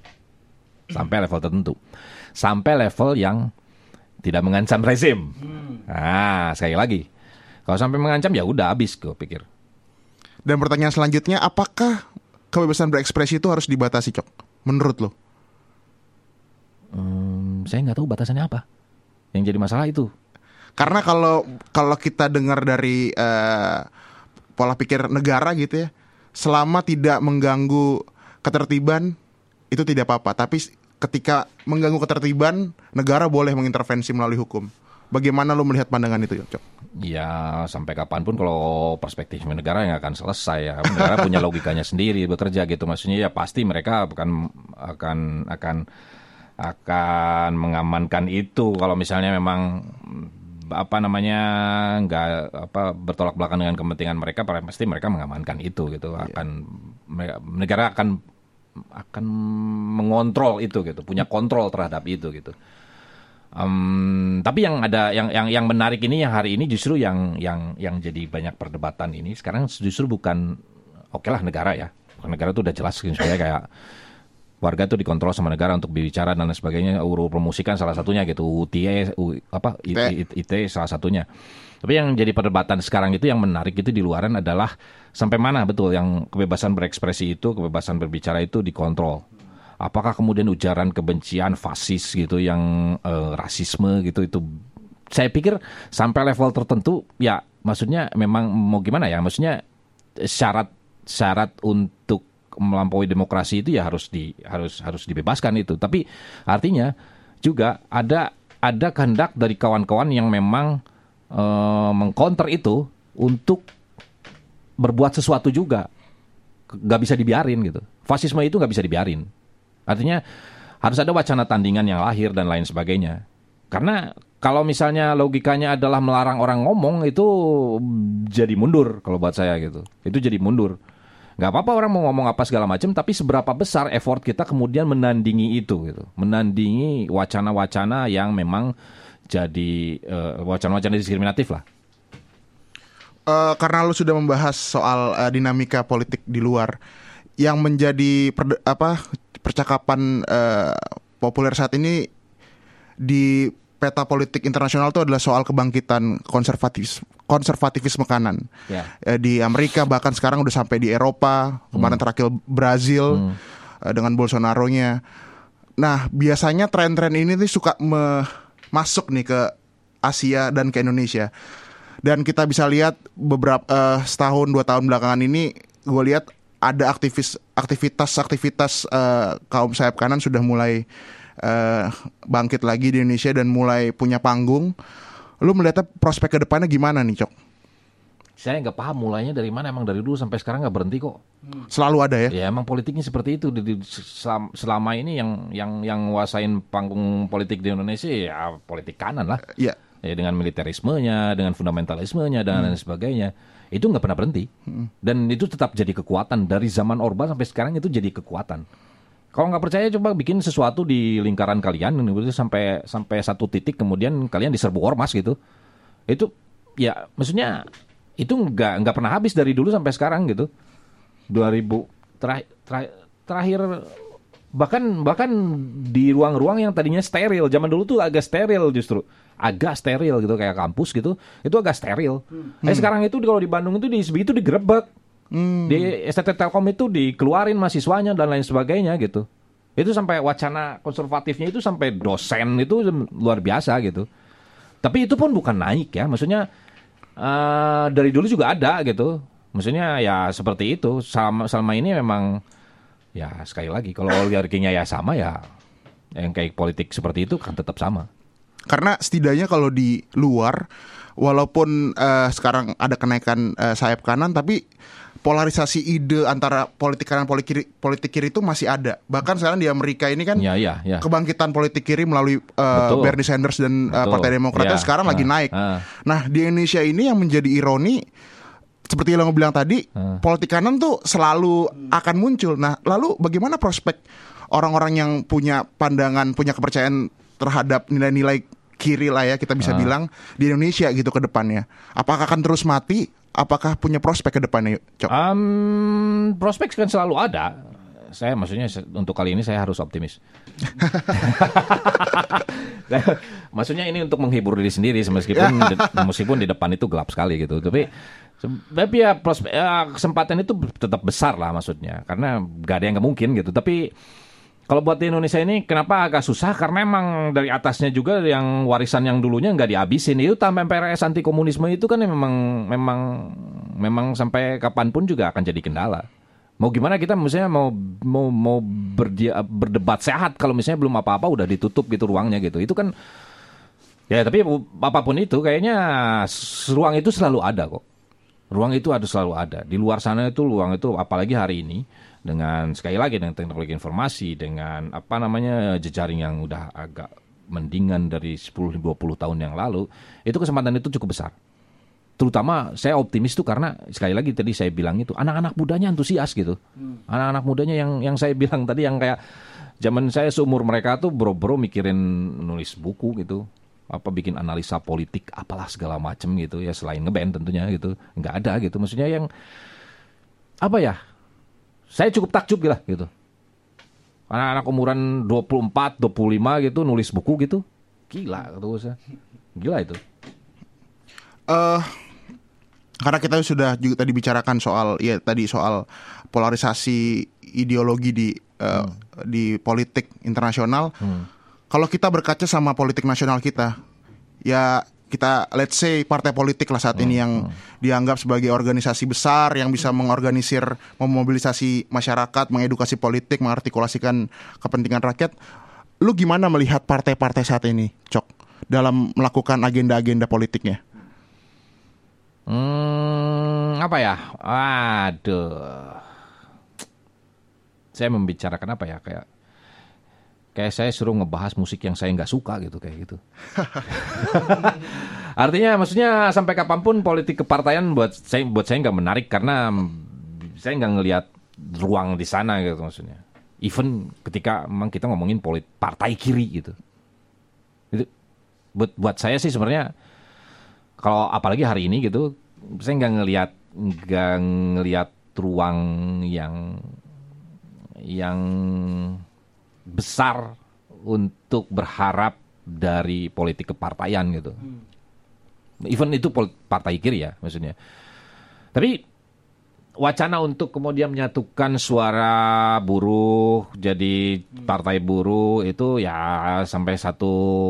Sampai level yang tidak mengancam rezim. Nah, sekali lagi, kalau sampai mengancam ya udah habis gue pikir. Dan pertanyaan selanjutnya, apakah kebebasan berekspresi itu harus dibatasi, Cok? Menurut lo? Saya nggak tahu batasannya apa. Yang jadi masalah itu. Karena kalau kita dengar dari pola pikir negara gitu ya, selama tidak mengganggu ketertiban itu tidak apa-apa. Tapi ketika mengganggu ketertiban, negara boleh mengintervensi melalui hukum. Bagaimana lo melihat pandangan itu, Cok? Ya sampai kapanpun kalau perspektif negara yang akan selesai ya. Negara punya logikanya sendiri bekerja gitu. Maksudnya ya pasti mereka akan mengamankan itu kalau misalnya memang nggak bertolak belakang dengan kepentingan mereka, pasti mereka mengamankan itu gitu. Negara akan mengontrol itu gitu, punya kontrol terhadap itu gitu. Tapi yang menarik ini yang hari ini justru yang jadi banyak perdebatan ini sekarang justru bukan lah negara ya. Negara itu udah jelas sebenarnya kayak warga itu dikontrol sama negara untuk berbicara dan lain sebagainya. Promosikan salah satunya gitu, IT salah satunya. Tapi yang jadi perdebatan sekarang itu yang menarik itu di luaran adalah sampai mana betul yang kebebasan berekspresi itu, kebebasan berbicara itu dikontrol. Apakah kemudian ujaran kebencian fasis gitu, yang rasisme gitu, itu saya pikir sampai level tertentu ya, maksudnya memang mau gimana ya, maksudnya syarat untuk melampaui demokrasi itu ya harus dibebaskan itu. Tapi artinya juga ada kehendak dari kawan-kawan yang memang mengcounter itu untuk berbuat sesuatu juga. Nggak bisa dibiarin gitu. Fasisme itu nggak bisa dibiarin. Artinya harus ada wacana tandingan yang lahir dan lain sebagainya. Karena kalau misalnya logikanya adalah melarang orang ngomong, itu jadi mundur kalau buat saya gitu. Itu jadi mundur. Nggak apa-apa orang mau ngomong apa segala macam, tapi seberapa besar effort kita kemudian menandingi itu gitu. Menandingi wacana-wacana yang memang jadi wacana-wacana diskriminatif lah. Karena lu sudah membahas soal dinamika politik di luar, yang menjadi percakapan populer saat ini di peta politik internasional itu adalah soal kebangkitan konservatifisme kanan. Di Amerika, bahkan sekarang udah sampai di Eropa, kemarin terakhir Brazil dengan Bolsonaro-nya. Nah, biasanya tren-tren ini tuh suka masuk nih ke Asia dan ke Indonesia. Dan kita bisa lihat beberapa setahun 2 tahun belakangan ini, gue lihat ada aktivitas kaum sayap kanan sudah mulai bangkit lagi di Indonesia dan mulai punya panggung. Lu melihatnya prospek ke depannya gimana nih, Cok? Saya nggak paham mulainya dari mana, emang dari dulu sampai sekarang nggak berhenti kok. Selalu ada ya? Ya emang politiknya seperti itu. Selama ini yang nguasain panggung politik di Indonesia ya politik kanan lah. Iya. Ya, dengan militerismenya, dengan fundamentalismenya, dan lain sebagainya. Itu nggak pernah berhenti. Dan itu tetap jadi kekuatan. Dari zaman Orba sampai sekarang itu jadi kekuatan. Kalau nggak percaya, coba bikin sesuatu di lingkaran kalian sampai satu titik kemudian kalian diserbu ormas gitu. Itu ya maksudnya itu nggak pernah habis dari dulu sampai sekarang gitu. 2000 terakhir bahkan di ruang-ruang yang tadinya steril, zaman dulu tuh agak steril justru. Agak steril gitu kayak kampus gitu. Itu agak steril. Sekarang itu kalau di Bandung itu di SBY itu digerebek. Di STT Telkom itu dikeluarin mahasiswanya dan lain sebagainya gitu. Itu sampai wacana konservatifnya itu sampai dosen itu luar biasa gitu. Tapi itu pun bukan naik ya, maksudnya dari dulu juga ada gitu. Maksudnya ya seperti itu. Selama ini memang ya sekali lagi kalau oligarkinya ya sama ya, yang kayak politik seperti itu kan tetap sama. Karena setidaknya kalau di luar, walaupun sekarang ada kenaikan sayap kanan, tapi polarisasi ide antara politik kanan politik kiri itu masih ada. Bahkan sekarang di Amerika ini kan Ya. kebangkitan politik kiri melalui Bernie Sanders dan Partai Demokrat sekarang lagi naik. Nah, di Indonesia ini yang menjadi ironi, seperti yang lo bilang tadi, politik kanan tuh selalu akan muncul. Nah, lalu bagaimana prospek orang-orang yang punya pandangan, punya kepercayaan terhadap nilai-nilai kiri lah ya, kita bisa bilang, di Indonesia gitu ke depannya? Apakah akan terus mati? Apakah punya prospek ke depannya, Cok? Prospek kan selalu ada. Saya maksudnya untuk kali ini saya harus optimis. Maksudnya ini untuk menghibur diri sendiri, meskipun di depan itu gelap sekali gitu. Tapi ya kesempatan itu tetap besar lah maksudnya, karena gak ada yang gak mungkin gitu. Tapi kalau buat di Indonesia ini kenapa agak susah? Karena emang dari atasnya juga yang warisan yang dulunya nggak dihabisin. Itu tambah MPRS anti komunisme itu kan memang sampai kapanpun juga akan jadi kendala. Mau gimana kita misalnya mau berdebat sehat kalau misalnya belum apa-apa udah ditutup gitu ruangnya gitu. Itu kan ya, tapi apapun itu kayaknya ruang itu selalu ada kok. Ruang itu harus selalu ada. Di luar sana itu ruang itu, apalagi hari ini dengan sekali lagi dengan teknologi informasi, dengan jejaring yang udah agak mendingan dari 10-20 tahun yang lalu, itu kesempatan itu cukup besar. Terutama saya optimis tuh karena sekali lagi tadi saya bilang itu anak-anak mudanya antusias gitu. Anak-anak mudanya yang saya bilang tadi, yang kayak zaman saya seumur mereka tuh bro-bro mikirin nulis buku gitu, bikin analisa politik apalah segala macem gitu ya, selain ngeband tentunya gitu. Nggak ada gitu, maksudnya yang saya cukup takjub gitu. Anak-anak umuran 24, 25 gitu nulis buku gitu. Gila kata saya. Gila itu. Karena kita sudah juga tadi bicarakan soal polarisasi ideologi di politik internasional. Kalau kita berkaca sama politik nasional kita, ya kita let's say partai politik lah saat ini yang dianggap sebagai organisasi besar yang bisa mengorganisir, memobilisasi masyarakat, mengedukasi politik, mengartikulasikan kepentingan rakyat. Lu gimana melihat partai-partai saat ini, Cok, dalam melakukan agenda-agenda politiknya? Saya membicarakan kayak saya suruh ngebahas musik yang saya nggak suka gitu, kayak gitu. Artinya maksudnya sampai kapanpun politik kepartaian buat saya nggak menarik, karena saya nggak ngelihat ruang di sana gitu maksudnya. Even ketika memang kita ngomongin partai kiri gitu. Itu buat saya sih sebenarnya, kalau apalagi hari ini gitu, saya nggak ngelihat ruang yang besar untuk berharap dari politik kepartaian gitu. Even itu partai kiri ya maksudnya. Tapi wacana untuk kemudian menyatukan suara buruh jadi partai buruh itu ya sampai satu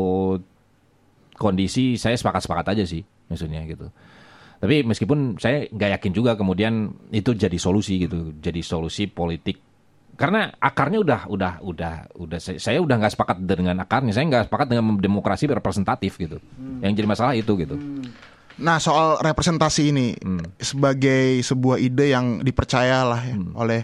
kondisi saya sepakat aja sih maksudnya gitu. Tapi meskipun saya nggak yakin juga kemudian itu jadi solusi gitu, jadi solusi politik. Karena akarnya udah saya udah nggak sepakat dengan akarnya, saya nggak sepakat dengan demokrasi representatif gitu. Yang jadi masalah itu gitu. Nah, soal representasi ini sebagai sebuah ide yang dipercaya lah ya, oleh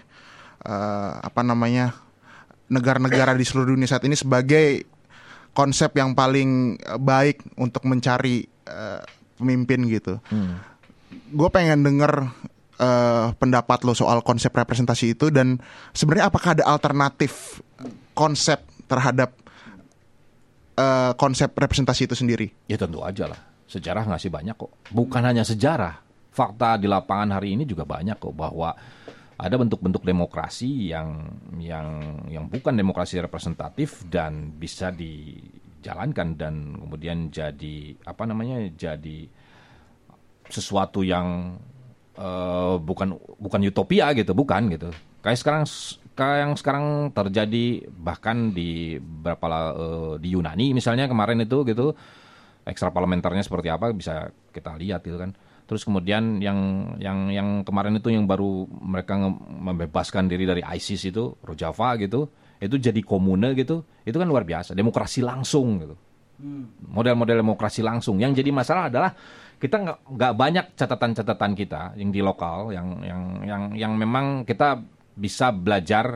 negara-negara di seluruh dunia saat ini sebagai konsep yang paling baik untuk mencari pemimpin gitu. Gue pengen denger pendapat lo soal konsep representasi itu, dan sebenarnya apakah ada alternatif konsep terhadap konsep representasi itu sendiri? Ya tentu aja lah. Sejarah ngasih banyak kok. Bukan hanya sejarah, fakta di lapangan hari ini juga banyak kok, bahwa ada bentuk-bentuk demokrasi yang bukan demokrasi representatif dan bisa dijalankan dan kemudian jadi jadi sesuatu yang bukan utopia gitu, bukan gitu. Kayak yang sekarang terjadi bahkan di di Yunani misalnya kemarin itu gitu, ekstra parlementernya seperti apa bisa kita lihat gitu kan. Terus kemudian yang kemarin itu yang baru mereka membebaskan diri dari ISIS itu, Rojava gitu, itu jadi komune gitu, itu kan luar biasa, demokrasi langsung gitu. Model-model demokrasi langsung. Yang jadi masalah adalah kita nggak banyak catatan-catatan kita yang di lokal, yang memang kita bisa belajar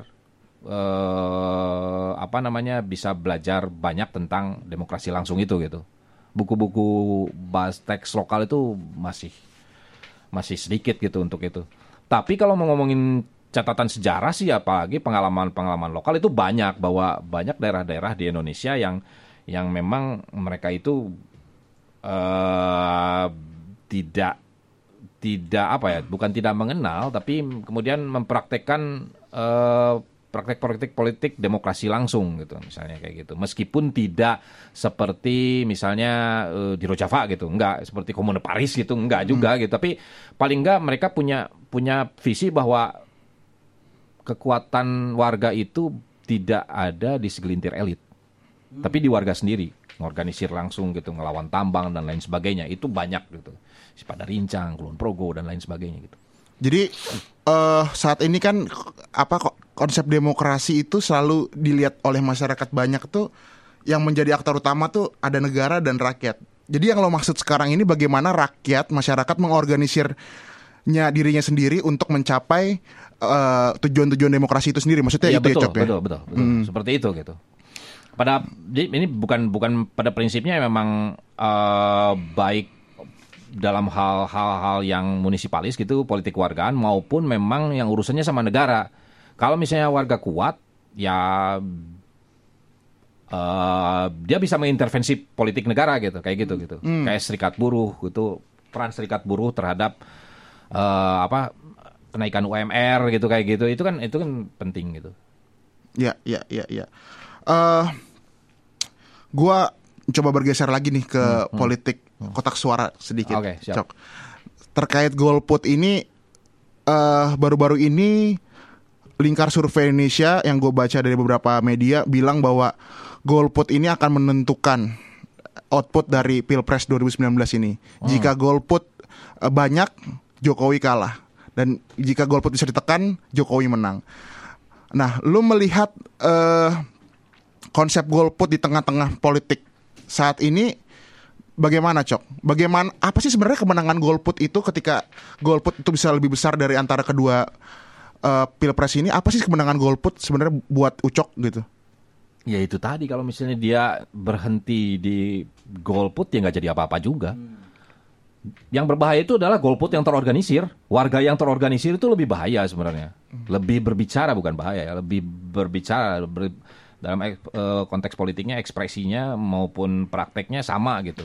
bisa belajar banyak tentang demokrasi langsung itu gitu. Buku-buku bahas teks lokal itu masih sedikit gitu untuk itu. Tapi kalau mau ngomongin catatan sejarah sih, apalagi pengalaman lokal itu banyak, bahwa banyak daerah-daerah di Indonesia yang memang mereka itu bukan tidak mengenal, tapi kemudian mempraktekkan praktek-praktek politik demokrasi langsung gitu, misalnya kayak gitu. Meskipun tidak seperti misalnya di Rojava gitu, enggak seperti Komune Paris gitu, enggak juga gitu. Tapi paling enggak mereka punya visi bahwa kekuatan warga itu tidak ada di segelintir elit, tapi di warga sendiri, ngorganisir langsung gitu, ngelawan tambang dan lain sebagainya. Itu banyak gitu, pada Rincang, Kulon Progo dan lain sebagainya gitu. Jadi saat ini kan konsep demokrasi itu selalu dilihat oleh masyarakat banyak tuh, yang menjadi aktor utama tuh ada negara dan rakyat. Jadi yang lo maksud sekarang ini bagaimana rakyat, masyarakat mengorganisirnya dirinya sendiri untuk mencapai tujuan-tujuan demokrasi itu sendiri. Maksudnya ya, itu betul, ya, Cok, ya? Betul. Seperti itu gitu. Ini bukan pada prinsipnya memang baik dalam hal-hal yang munisipalis gitu, politik wargaan, maupun memang yang urusannya sama negara. Kalau misalnya warga kuat, ya dia bisa mengintervensi politik negara gitu, kayak gitu. Kayak serikat buruh gitu, peran serikat buruh terhadap kenaikan UMR gitu, kayak gitu. Itu kan penting gitu. Ya. Gua coba bergeser lagi nih ke politik kotak suara sedikit. Oke, siap. Cok. Terkait golput ini, baru-baru ini Lingkar Survei Indonesia yang gue baca dari beberapa media bilang bahwa golput ini akan menentukan output dari Pilpres 2019 ini. Jika golput banyak, Jokowi kalah, dan jika golput bisa ditekan, Jokowi menang. Nah, lu melihat konsep golput di tengah-tengah politik saat ini bagaimana, Cok? Bagaimana, apa sih sebenarnya kemenangan golput itu ketika golput itu bisa lebih besar dari antara kedua Pilpres ini? Apa sih kemenangan golput sebenarnya buat Ucok gitu? Ya itu tadi, kalau misalnya dia berhenti di golput ya nggak jadi apa-apa juga. Yang berbahaya itu adalah golput yang terorganisir. Warga yang terorganisir itu lebih bahaya sebenarnya. Lebih berbicara, bukan bahaya ya, lebih berbicara dalam konteks politiknya, ekspresinya maupun prakteknya sama gitu.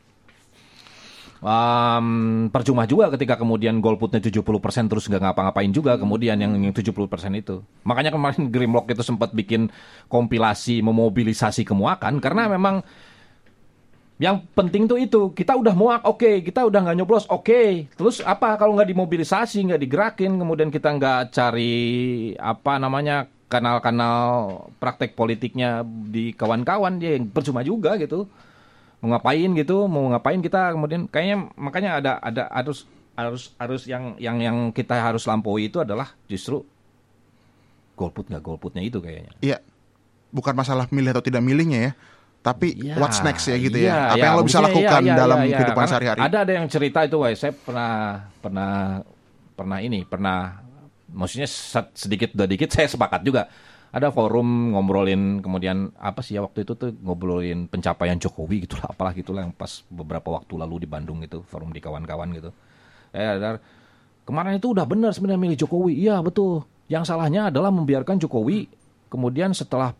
Percuma juga ketika kemudian golputnya 70% terus nggak ngapa-ngapain juga kemudian yang 70% itu. Makanya kemarin Grimlock itu sempat bikin kompilasi memobilisasi kemuakan, karena memang yang penting tuh itu, kita udah muak, oke, kita udah nggak nyoblos, oke. Terus apa kalau nggak dimobilisasi, nggak digerakin, kemudian kita nggak cari kanal-kanal praktek politiknya di kawan-kawan, ya percuma juga gitu. Mau ngapain kita kemudian, kayaknya makanya harus yang kita harus lampaui itu adalah justru golput nggak golputnya itu kayaknya. Iya, bukan masalah milih atau tidak milihnya ya, tapi what's next ya gitu ya. Apa yang lo bisa lakukan dalam kehidupan sehari-hari. Ada yang cerita itu, saya pernah maksudnya sedikit udah dikit saya sepakat juga. Ada forum ngobrolin, kemudian apa sih ya waktu itu tuh ngobrolin pencapaian Jokowi gitulah, apalah gitulah, yang pas beberapa waktu lalu di Bandung itu, forum di kawan-kawan gitu. Kemarin itu udah benar sebenarnya milih Jokowi. Iya betul. Yang salahnya adalah membiarkan Jokowi kemudian setelah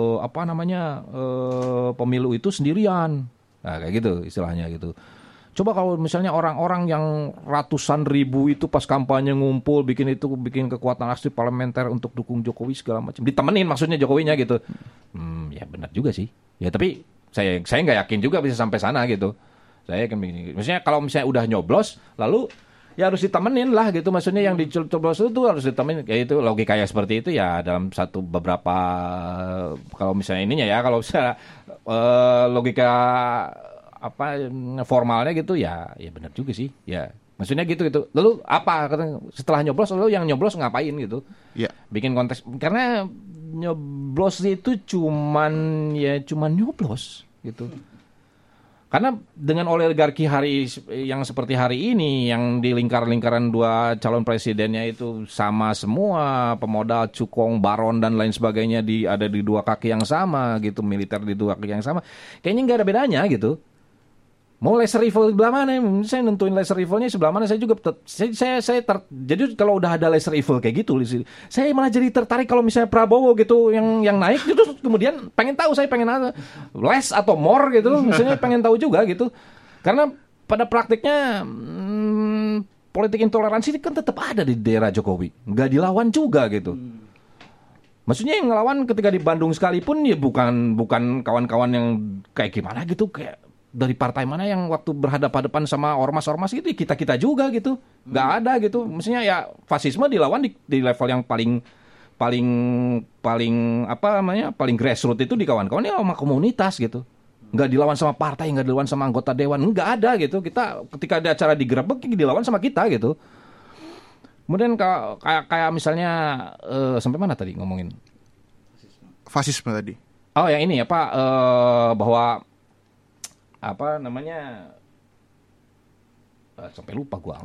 pemilu itu sendirian. Nah, kayak gitu istilahnya gitu. Coba kalau misalnya orang-orang yang ratusan ribu itu pas kampanye ngumpul bikin kekuatan aksi parlementer untuk dukung Jokowi segala macam, ditemenin maksudnya Jokowinya gitu. Ya benar juga sih. Ya tapi saya nggak yakin juga bisa sampai sana gitu. Saya yakin begini. Maksudnya kalau misalnya udah nyoblos lalu ya harus ditemenin lah gitu, maksudnya yang dicoblos itu harus ditemenin, kayak itu logikanya seperti itu ya dalam beberapa kalau misalnya ininya ya, kalau misalnya logika apa formalnya gitu ya benar juga sih ya, maksudnya gitu. Lalu apa setelah nyoblos, lalu yang nyoblos ngapain gitu? Ya. Bikin konteks, karena nyoblos itu cuman nyoblos gitu. Karena dengan oligarki yang seperti hari ini, yang di lingkaran dua calon presidennya itu sama semua, pemodal, cukong, baron dan lain sebagainya ada di dua kaki yang sama gitu, militer di dua kaki yang sama, kayaknya nggak ada bedanya gitu. Mau laser rifle di sebelah mana? Saya nentuin laser rifle-nya sebelah mana. Saya juga jadi kalau udah ada laser rifle kayak gitu, saya malah jadi tertarik kalau misalnya Prabowo gitu yang naik gitu, kemudian saya pengen ada less atau more gitu, misalnya pengen tahu juga gitu. Karena pada praktiknya politik intoleransi kan tetap ada di daerah Jokowi, nggak dilawan juga gitu. Maksudnya yang ngelawan ketika di Bandung sekalipun ya bukan kawan-kawan yang kayak gimana gitu, kayak dari partai mana yang waktu berhadapan sama ormas-ormas itu kita juga gitu, nggak ada gitu. Maksudnya ya fasisme dilawan di level yang paling apa namanya, paling grassroots itu di kawan-kawan ya sama komunitas gitu, nggak dilawan sama partai, nggak dilawan sama anggota dewan, nggak ada gitu. Kita ketika ada acara digerebek dilawan sama kita gitu. Kemudian kayak misalnya sampai mana tadi ngomongin fasisme tadi? Oh yang ini apa bahwa apa namanya sampai lupa gue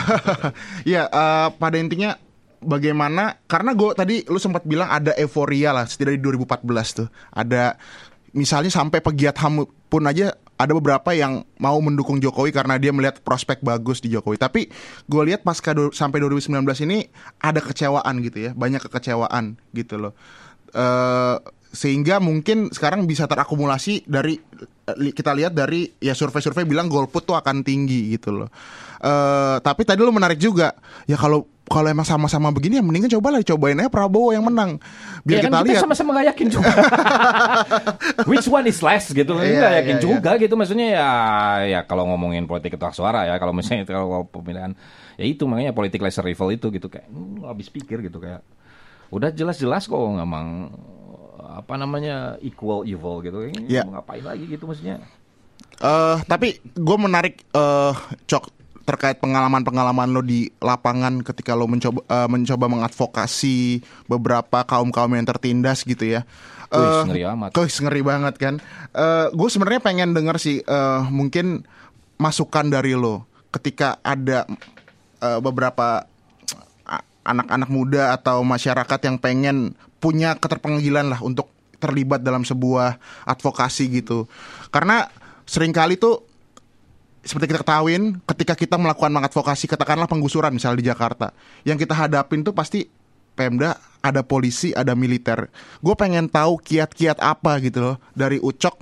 ya pada intinya bagaimana, karena gue tadi lu sempat bilang ada euforia lah setidaknya di 2014 tuh, ada misalnya sampai pegiat HAM pun aja ada beberapa yang mau mendukung Jokowi karena dia melihat prospek bagus di Jokowi. Tapi gue lihat sampai 2019 ini ada kecewaan gitu ya, banyak kekecewaan gitu loh. Sehingga mungkin sekarang bisa terakumulasi dari kita lihat dari ya survei-survei bilang golput tuh akan tinggi gitu loh. Tapi tadi lu menarik juga ya, kalau emang sama-sama begini ya mendingan cobain aja Prabowo yang menang biar ya, kita kan lihat. Kita sama-sama gak yakin juga. Which one is less gitu, nggak yakin juga gitu. Maksudnya ya kalau ngomongin politik ketua suara ya, kalau misalnya kalau pemilihan ya itu makanya politik laser rifle itu gitu, kayak habis pikir gitu, kayak udah jelas-jelas kok ngamang apa namanya equal evil gitu, mau ngapain lagi gitu maksudnya. Tapi gue menarik Cok, terkait pengalaman lo di lapangan ketika lo mencoba mengadvokasi beberapa kaum yang tertindas gitu ya. Ngeri amat. Ngeri banget kan. Gue sebenarnya pengen denger sih mungkin masukan dari lo ketika ada beberapa anak-anak muda atau masyarakat yang pengen punya keterpanggilan lah untuk terlibat dalam sebuah advokasi gitu. Karena seringkali tuh seperti kita ketahuin, ketika kita melakukan mengadvokasi katakanlah penggusuran misalnya di Jakarta, yang kita hadapin tuh pasti Pemda, ada polisi, ada militer. Gue pengen tahu kiat-kiat apa gitu loh dari Ucok.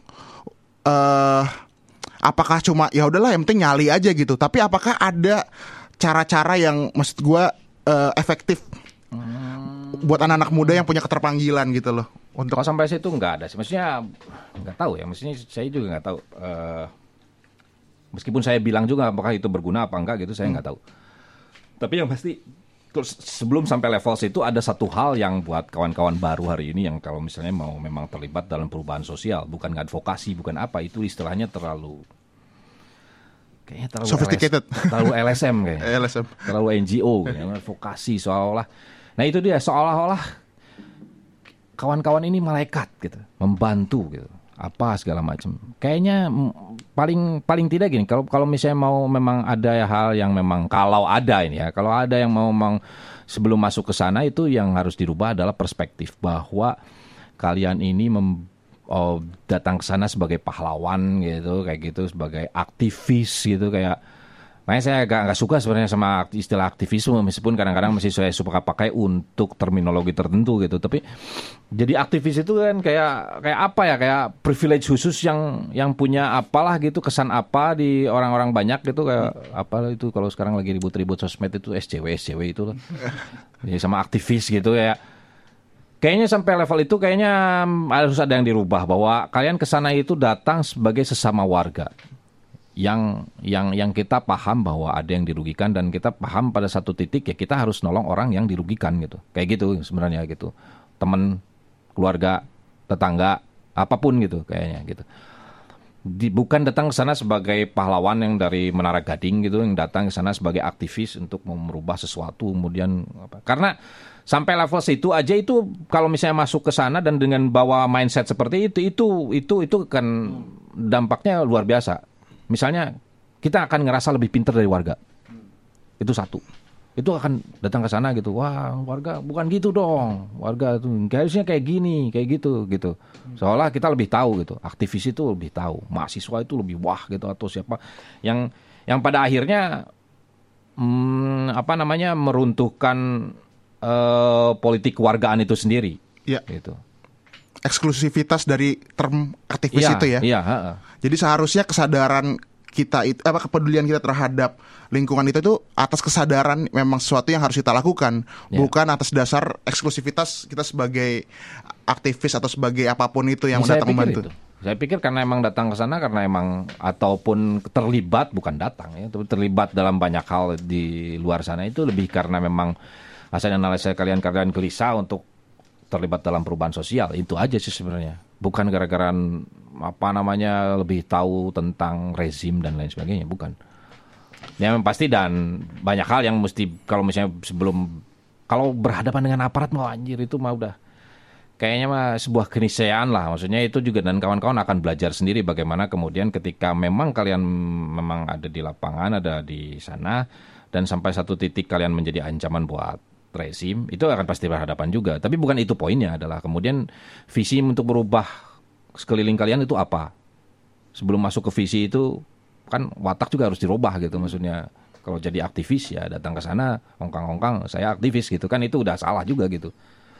Apakah cuma ya udahlah yang penting nyali aja gitu, tapi apakah ada cara-cara yang maksud gue efektif buat anak-anak muda yang punya keterpanggilan gitu loh? Untuk sampai situ nggak ada sih, maksudnya nggak tahu ya, maksudnya saya juga nggak tahu. Meskipun saya bilang juga apakah itu berguna apa enggak gitu, saya nggak tahu. Tapi yang pasti sebelum sampai level situ ada satu hal yang buat kawan-kawan baru hari ini yang kalau misalnya mau memang terlibat dalam perubahan sosial, bukan advokasi, bukan apa, itu istilahnya terlalu sophisticated, terlalu LSM kayaknya. LSM. Terlalu NGO kayak advokasi seolah-olah. Nah itu dia, seolah-olah kawan-kawan ini malaikat gitu, membantu gitu, apa segala macam. Kayaknya paling tidak gini, kalau misalnya mau memang ada hal yang memang kalau ada yang mau memang sebelum masuk ke sana, itu yang harus dirubah adalah perspektif bahwa kalian ini datang ke sana sebagai pahlawan gitu, kayak gitu, sebagai aktivis gitu, kayak makanya saya nggak suka sebenarnya sama istilah aktivisme, meskipun kadang-kadang masih saya suka pakai untuk terminologi tertentu gitu. Tapi jadi aktivis itu kan kayak apa ya, kayak privilege khusus yang punya apalah gitu, kesan apa di orang-orang banyak gitu, kayak apa itu kalau sekarang lagi ribut-ribut sosmed itu SJW itu loh. Jadi sama aktivis gitu kayaknya sampai level itu kayaknya harus ada yang dirubah, bahwa kalian kesana itu datang sebagai sesama warga. yang kita paham bahwa ada yang dirugikan dan kita paham pada satu titik ya kita harus nolong orang yang dirugikan gitu. Kayak gitu sebenarnya gitu. Teman, keluarga, tetangga, apapun gitu kayaknya gitu. Bukan datang ke sana sebagai pahlawan yang dari Menara Gading gitu, yang datang ke sana sebagai aktivis untuk merubah sesuatu kemudian apa. Karena sampai level situ aja itu kalau misalnya masuk ke sana dan dengan bawa mindset seperti itu kan dampaknya luar biasa. Misalnya kita akan ngerasa lebih pintar dari warga. Itu satu. Itu akan datang ke sana gitu. Wah, warga bukan gitu dong. Warga tuh harusnya kayak gini, kayak gitu gitu. Seolah kita lebih tahu gitu. Aktivis itu lebih tahu. Mahasiswa itu lebih wah gitu atau siapa yang pada akhirnya meruntuhkan politik kewargaan itu sendiri. Ya. Gitu. Eksklusivitas dari term aktivis itu ya. Iya, Jadi seharusnya kesadaran kita itu kepedulian kita terhadap lingkungan itu atas kesadaran memang sesuatu yang harus kita lakukan, bukan atas dasar eksklusivitas kita sebagai aktivis atau sebagai apapun itu yang datang membantu. Saya pikir karena emang datang ke sana karena emang ataupun terlibat bukan datang ya, terlibat dalam banyak hal di luar sana itu lebih karena memang asal analisa kalian gelisah untuk terlibat dalam perubahan sosial. Itu aja sih sebenarnya. Bukan gara-gara lebih tahu tentang rezim dan lain sebagainya, bukan. Ya memang pasti dan banyak hal yang mesti kalau misalnya kalau berhadapan dengan aparat anjir itu udah kayaknya sebuah keniscayaan lah. Maksudnya itu juga dan kawan-kawan akan belajar sendiri bagaimana kemudian ketika memang kalian memang ada di lapangan, ada di sana dan sampai satu titik kalian menjadi ancaman buat rezim, itu akan pasti berhadapan juga. Tapi bukan itu poinnya, adalah kemudian visi untuk berubah sekeliling kalian itu apa. Sebelum masuk ke visi itu, kan watak juga harus dirubah gitu. Maksudnya kalau jadi aktivis ya datang ke sana, ongkang-ongkang, saya aktivis gitu. Kan itu udah salah juga gitu.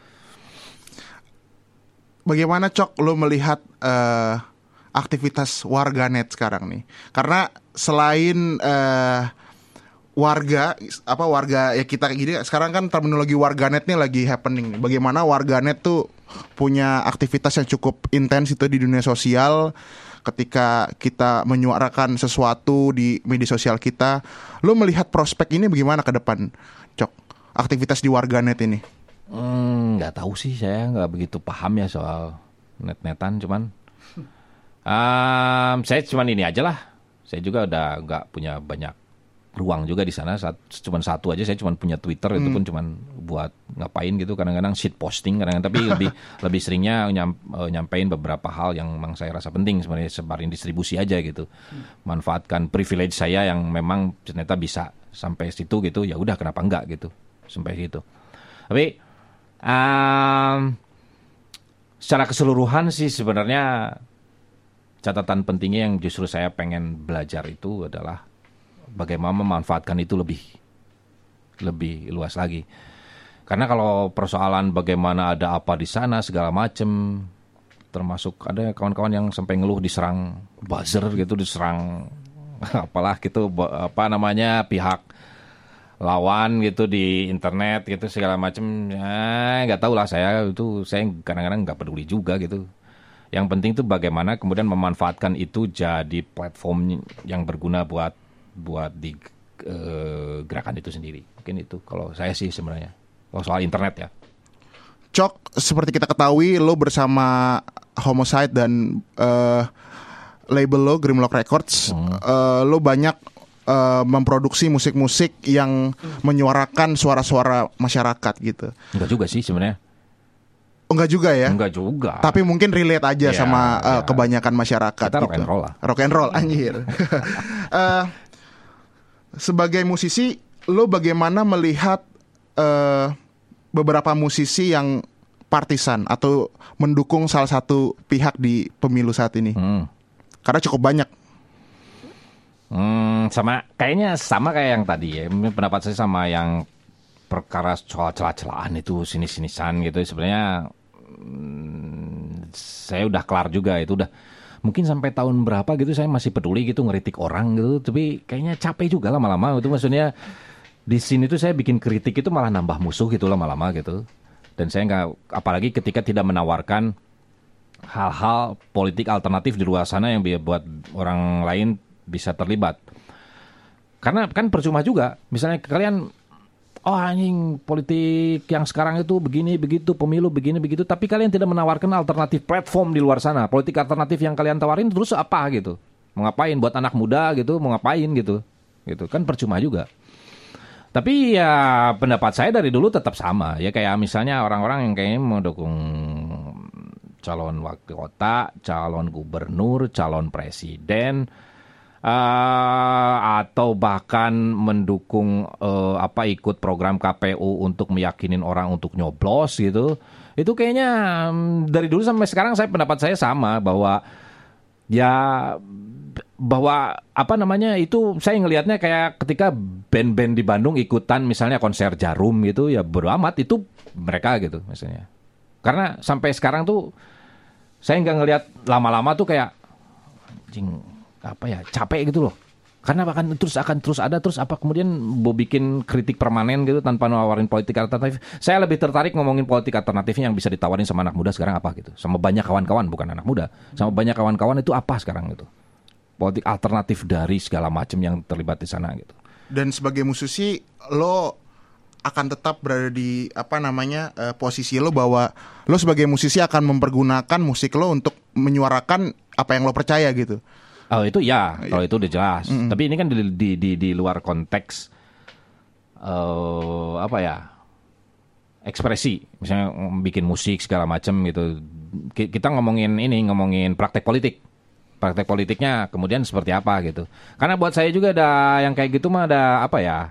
Bagaimana Cok lo melihat aktivitas warganet sekarang nih? Karena selain warga ya kita gini sekarang kan terminologi warganet nih lagi happening. Bagaimana warganet tuh punya aktivitas yang cukup intens itu di dunia sosial ketika kita menyuarakan sesuatu di media sosial kita. Lo melihat prospek ini bagaimana ke depan, Cok? Aktivitas di warganet ini? Nggak tahu sih, saya nggak begitu paham ya soal net-netan. Cuman saya cuman ini aja lah. Saya juga udah nggak punya banyak ruang juga di sana. Cuman satu aja, saya cuman punya Twitter, itu pun cuman buat ngapain gitu, kadang-kadang shit posting kadang-kadang, tapi lebih seringnya nyampein beberapa hal yang memang saya rasa penting sebenarnya, sebarin distribusi aja gitu. Manfaatkan privilege saya yang memang ternyata bisa sampai situ gitu, ya udah kenapa enggak gitu sampai situ. Tapi secara keseluruhan sih sebenarnya catatan pentingnya yang justru saya pengen belajar itu adalah bagaimana memanfaatkan itu lebih luas lagi. Karena kalau persoalan bagaimana ada apa di sana segala macem, termasuk ada kawan-kawan yang sampai ngeluh diserang buzzer gitu, diserang apalah gitu, pihak lawan gitu di internet gitu segala macem. Ya nggak tahu lah, saya kadang-kadang nggak peduli juga gitu. Yang penting tuh bagaimana kemudian memanfaatkan itu jadi platform yang berguna buat di gerakan itu sendiri. Mungkin itu kalau saya sih sebenarnya. Kalau soal internet ya. Cok, seperti kita ketahui lo bersama Homicide dan label lo Grimlock Records, lo banyak memproduksi musik-musik yang menyuarakan suara-suara masyarakat gitu. Enggak juga sih sebenarnya. Enggak juga ya? Enggak juga. Tapi mungkin relate aja sama kebanyakan masyarakat. Kita gitu. rock and roll lah. Rock and roll anjir. Sebagai musisi, lo bagaimana melihat beberapa musisi yang partisan atau mendukung salah satu pihak di pemilu saat ini? Karena cukup banyak. Kayaknya sama kayak yang tadi ya. Pendapat saya sama yang perkara soal celah-celahan itu, sinis-sinisan gitu. Sebenarnya saya udah kelar juga itu, udah mungkin sampai tahun berapa gitu saya masih peduli gitu ngeritik orang gitu, tapi kayaknya capek juga lama-lama itu. Maksudnya di sini tuh saya bikin kritik itu malah nambah musuh gitu lama-lama gitu. Dan saya nggak, apalagi ketika tidak menawarkan hal-hal politik alternatif di luar sana yang buat orang lain bisa terlibat. Karena kan percuma juga, misalnya kalian, oh anjing politik yang sekarang itu begini begitu, pemilu begini begitu, tapi kalian tidak menawarkan alternatif platform di luar sana. Politik alternatif yang kalian tawarin terus apa gitu? Mau ngapain buat anak muda gitu? Mau ngapain gitu? Gitu kan percuma juga. Tapi ya pendapat saya dari dulu tetap sama ya, kayak misalnya orang-orang yang kayaknya mau dukung calon wakil kota, calon gubernur, calon presiden, atau bahkan mendukung ikut program KPU untuk meyakinin orang untuk nyoblos gitu. Itu kayaknya dari dulu sampai sekarang pendapat saya sama bahwa itu saya ngelihatnya kayak ketika band-band di Bandung ikutan misalnya konser Jarum gitu, ya bodo amat itu mereka gitu misalnya. Karena sampai sekarang tuh saya nggak ngelihat lama-lama tuh kayak capek gitu loh. Karena akan terus ada apa kemudian mau bikin kritik permanen gitu tanpa nawarin politik alternatif. Saya lebih tertarik ngomongin politik alternatifnya yang bisa ditawarin sama anak muda sekarang apa gitu. Sama banyak kawan-kawan, bukan anak muda. Sama banyak kawan-kawan itu apa sekarang gitu. Politik alternatif dari segala macam yang terlibat di sana gitu. Dan sebagai musisi lo akan tetap berada di posisi lo bahwa lo sebagai musisi akan mempergunakan musik lo untuk menyuarakan apa yang lo percaya gitu. Oh itu ya, kalau itu udah jelas. Tapi ini kan di luar konteks ekspresi, misalnya bikin musik segala macam gitu. Kita ngomongin praktek politik. Praktek politiknya kemudian seperti apa gitu. Karena buat saya juga ada yang kayak gitu mah ada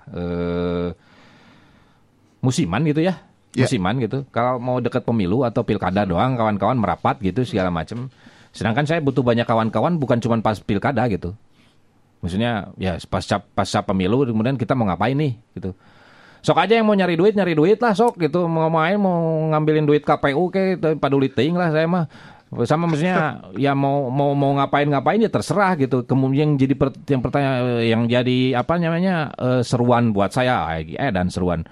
musiman gitu ya. Musiman gitu. Kalau mau deket pemilu atau pilkada doang kawan-kawan merapat gitu segala macam. Sedangkan saya butuh banyak kawan-kawan bukan cuma pas pilkada gitu. Maksudnya ya pasca pemilu kemudian kita mau ngapain nih gitu. Sok aja yang mau nyari duit lah sok gitu. Mau ngambilin duit KPU kayak paduli teuing lah saya mah. Sama maksudnya ya mau ngapain ya terserah gitu. Kemudian yang jadi seruan buat saya dan seruan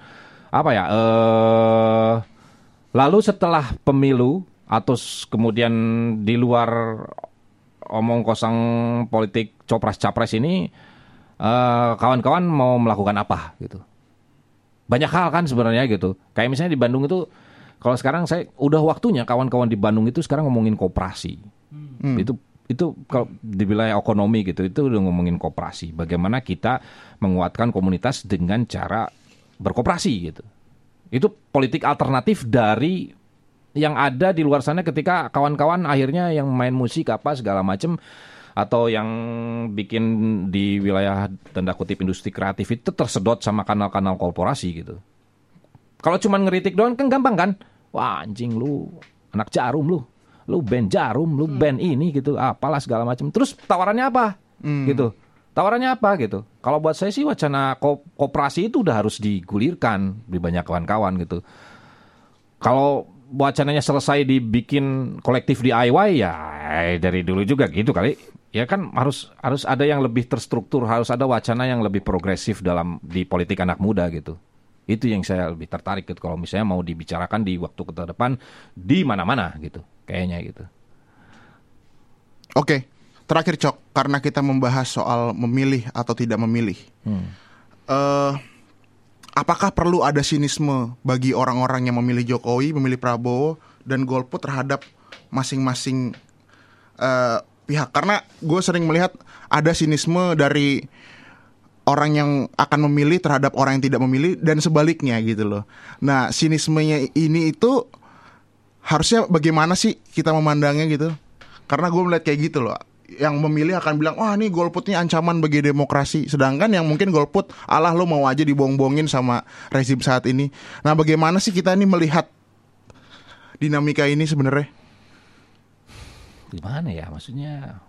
lalu setelah pemilu atau kemudian di luar omong kosong politik copras-capres ini, kawan-kawan mau melakukan apa gitu. Banyak hal kan sebenarnya gitu. Kayak misalnya di Bandung itu, kalau sekarang saya udah waktunya kawan-kawan di Bandung itu sekarang ngomongin koperasi. Itu kalau di wilayah ekonomi gitu, itu udah ngomongin koperasi. Bagaimana kita menguatkan komunitas dengan cara berkoperasi gitu. Itu politik alternatif dari yang ada di luar sana ketika kawan-kawan akhirnya yang main musik apa segala macam atau yang bikin di wilayah tanda kutip industri kreatif itu tersedot sama kanal-kanal korporasi gitu. Kalau cuma ngeritik doang kan gampang kan? Wah anjing lu anak Jarum lu band Jarum, lu band ini gitu, apalah segala macam. Terus tawarannya apa? Gitu. Tawarannya apa gitu? Kalau buat saya sih wacana koperasi itu udah harus digulirkan di banyak kawan-kawan gitu. Kalau wacananya selesai dibikin kolektif DIY ya dari dulu juga gitu kali. Ya kan harus ada yang lebih terstruktur, harus ada wacana yang lebih progresif di politik anak muda gitu. Itu yang saya lebih tertarik gitu kalau misalnya mau dibicarakan di waktu ke depan di mana-mana gitu. Kayaknya gitu. Oke, terakhir Cok, karena kita membahas soal memilih atau tidak memilih. Apakah perlu ada sinisme bagi orang-orang yang memilih Jokowi, memilih Prabowo, dan golput terhadap masing-masing pihak? Karena gue sering melihat ada sinisme dari orang yang akan memilih terhadap orang yang tidak memilih, dan sebaliknya gitu loh. Nah, sinismenya ini itu harusnya bagaimana sih kita memandangnya gitu? Karena gue melihat kayak gitu loh. Yang memilih akan bilang, wah ini golputnya ancaman bagi demokrasi. Sedangkan yang mungkin golput, alah lo mau aja dibohong-bohongin sama rezim saat ini. Nah bagaimana sih kita ini melihat dinamika ini sebenarnya? Gimana ya maksudnya?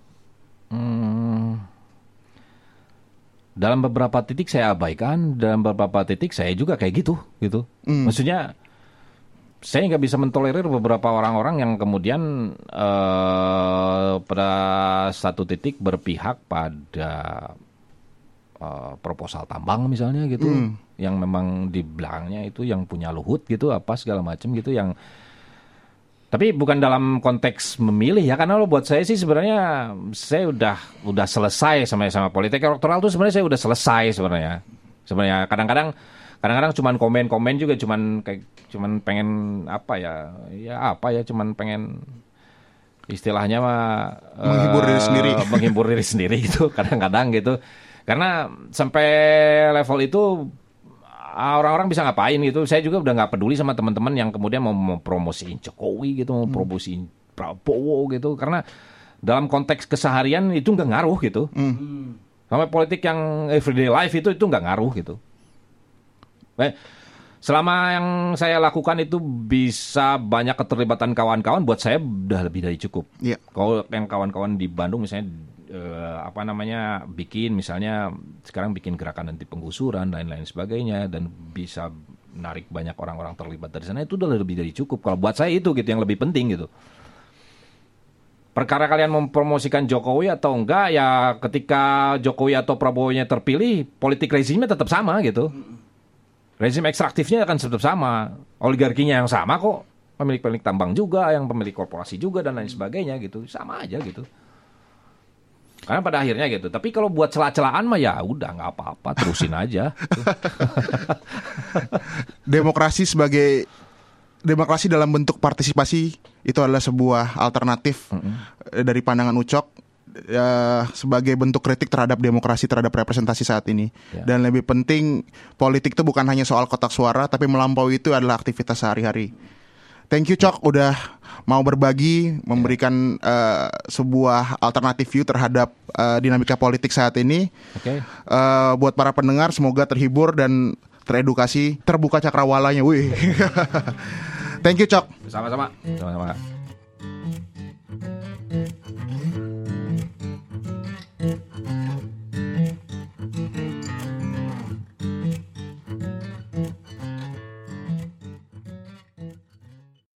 Dalam beberapa titik saya abaikan, dalam beberapa titik saya juga kayak gitu. Maksudnya saya nggak bisa mentolerir beberapa orang-orang yang kemudian pada satu titik berpihak pada proposal tambang misalnya gitu, yang memang di belakangnya itu yang punya Luhut gitu apa segala macam gitu, yang Tapi bukan dalam konteks memilih ya, karena buat saya sih sebenarnya saya udah selesai sama politik elektoral tuh sebenarnya saya udah selesai sebenarnya. Sebenarnya kadang-kadang cuman komen-komen juga cuman pengen cuman pengen istilahnya mah menghibur diri sendiri gitu kadang-kadang gitu. Karena sampai level itu orang-orang bisa ngapain gitu. Saya juga udah nggak peduli sama teman-teman yang kemudian mau promosiin Jokowi gitu, mau promosiin Prabowo gitu. Karena dalam konteks keseharian itu nggak ngaruh gitu. Sama politik yang everyday life itu nggak ngaruh gitu. Selama yang saya lakukan itu bisa banyak keterlibatan kawan-kawan, buat saya udah lebih dari cukup. Yeah. Kalau yang kawan-kawan di Bandung misalnya bikin misalnya sekarang bikin gerakan anti penggusuran dan lain-lain sebagainya dan bisa menarik banyak orang-orang terlibat dari sana, itu udah lebih dari cukup. Kalau buat saya itu gitu yang lebih penting gitu. Perkara kalian mempromosikan Jokowi atau enggak, ya ketika Jokowi atau Prabowo-nya terpilih, politik rezimnya tetap sama gitu. Rezim ekstraktifnya akan tetap sama, oligarkinya yang sama kok, pemilik-pemilik tambang juga, yang pemilik korporasi juga dan lain sebagainya gitu, sama aja gitu. Karena pada akhirnya gitu. Tapi kalau buat celah-celahan mah ya udah nggak apa-apa, terusin aja. Demokrasi dalam bentuk partisipasi itu adalah sebuah alternatif dari pandangan Ucok sebagai bentuk kritik terhadap demokrasi, terhadap representasi saat ini. Ya. Dan lebih penting, politik itu bukan hanya soal kotak suara, tapi melampaui itu adalah aktivitas sehari-hari. Thank you Cok udah mau berbagi, memberikan sebuah alternatif view terhadap dinamika politik saat ini. Okay. Buat para pendengar semoga terhibur dan teredukasi, terbuka cakrawalanya. Wih. Thank you Cok. Sama-sama.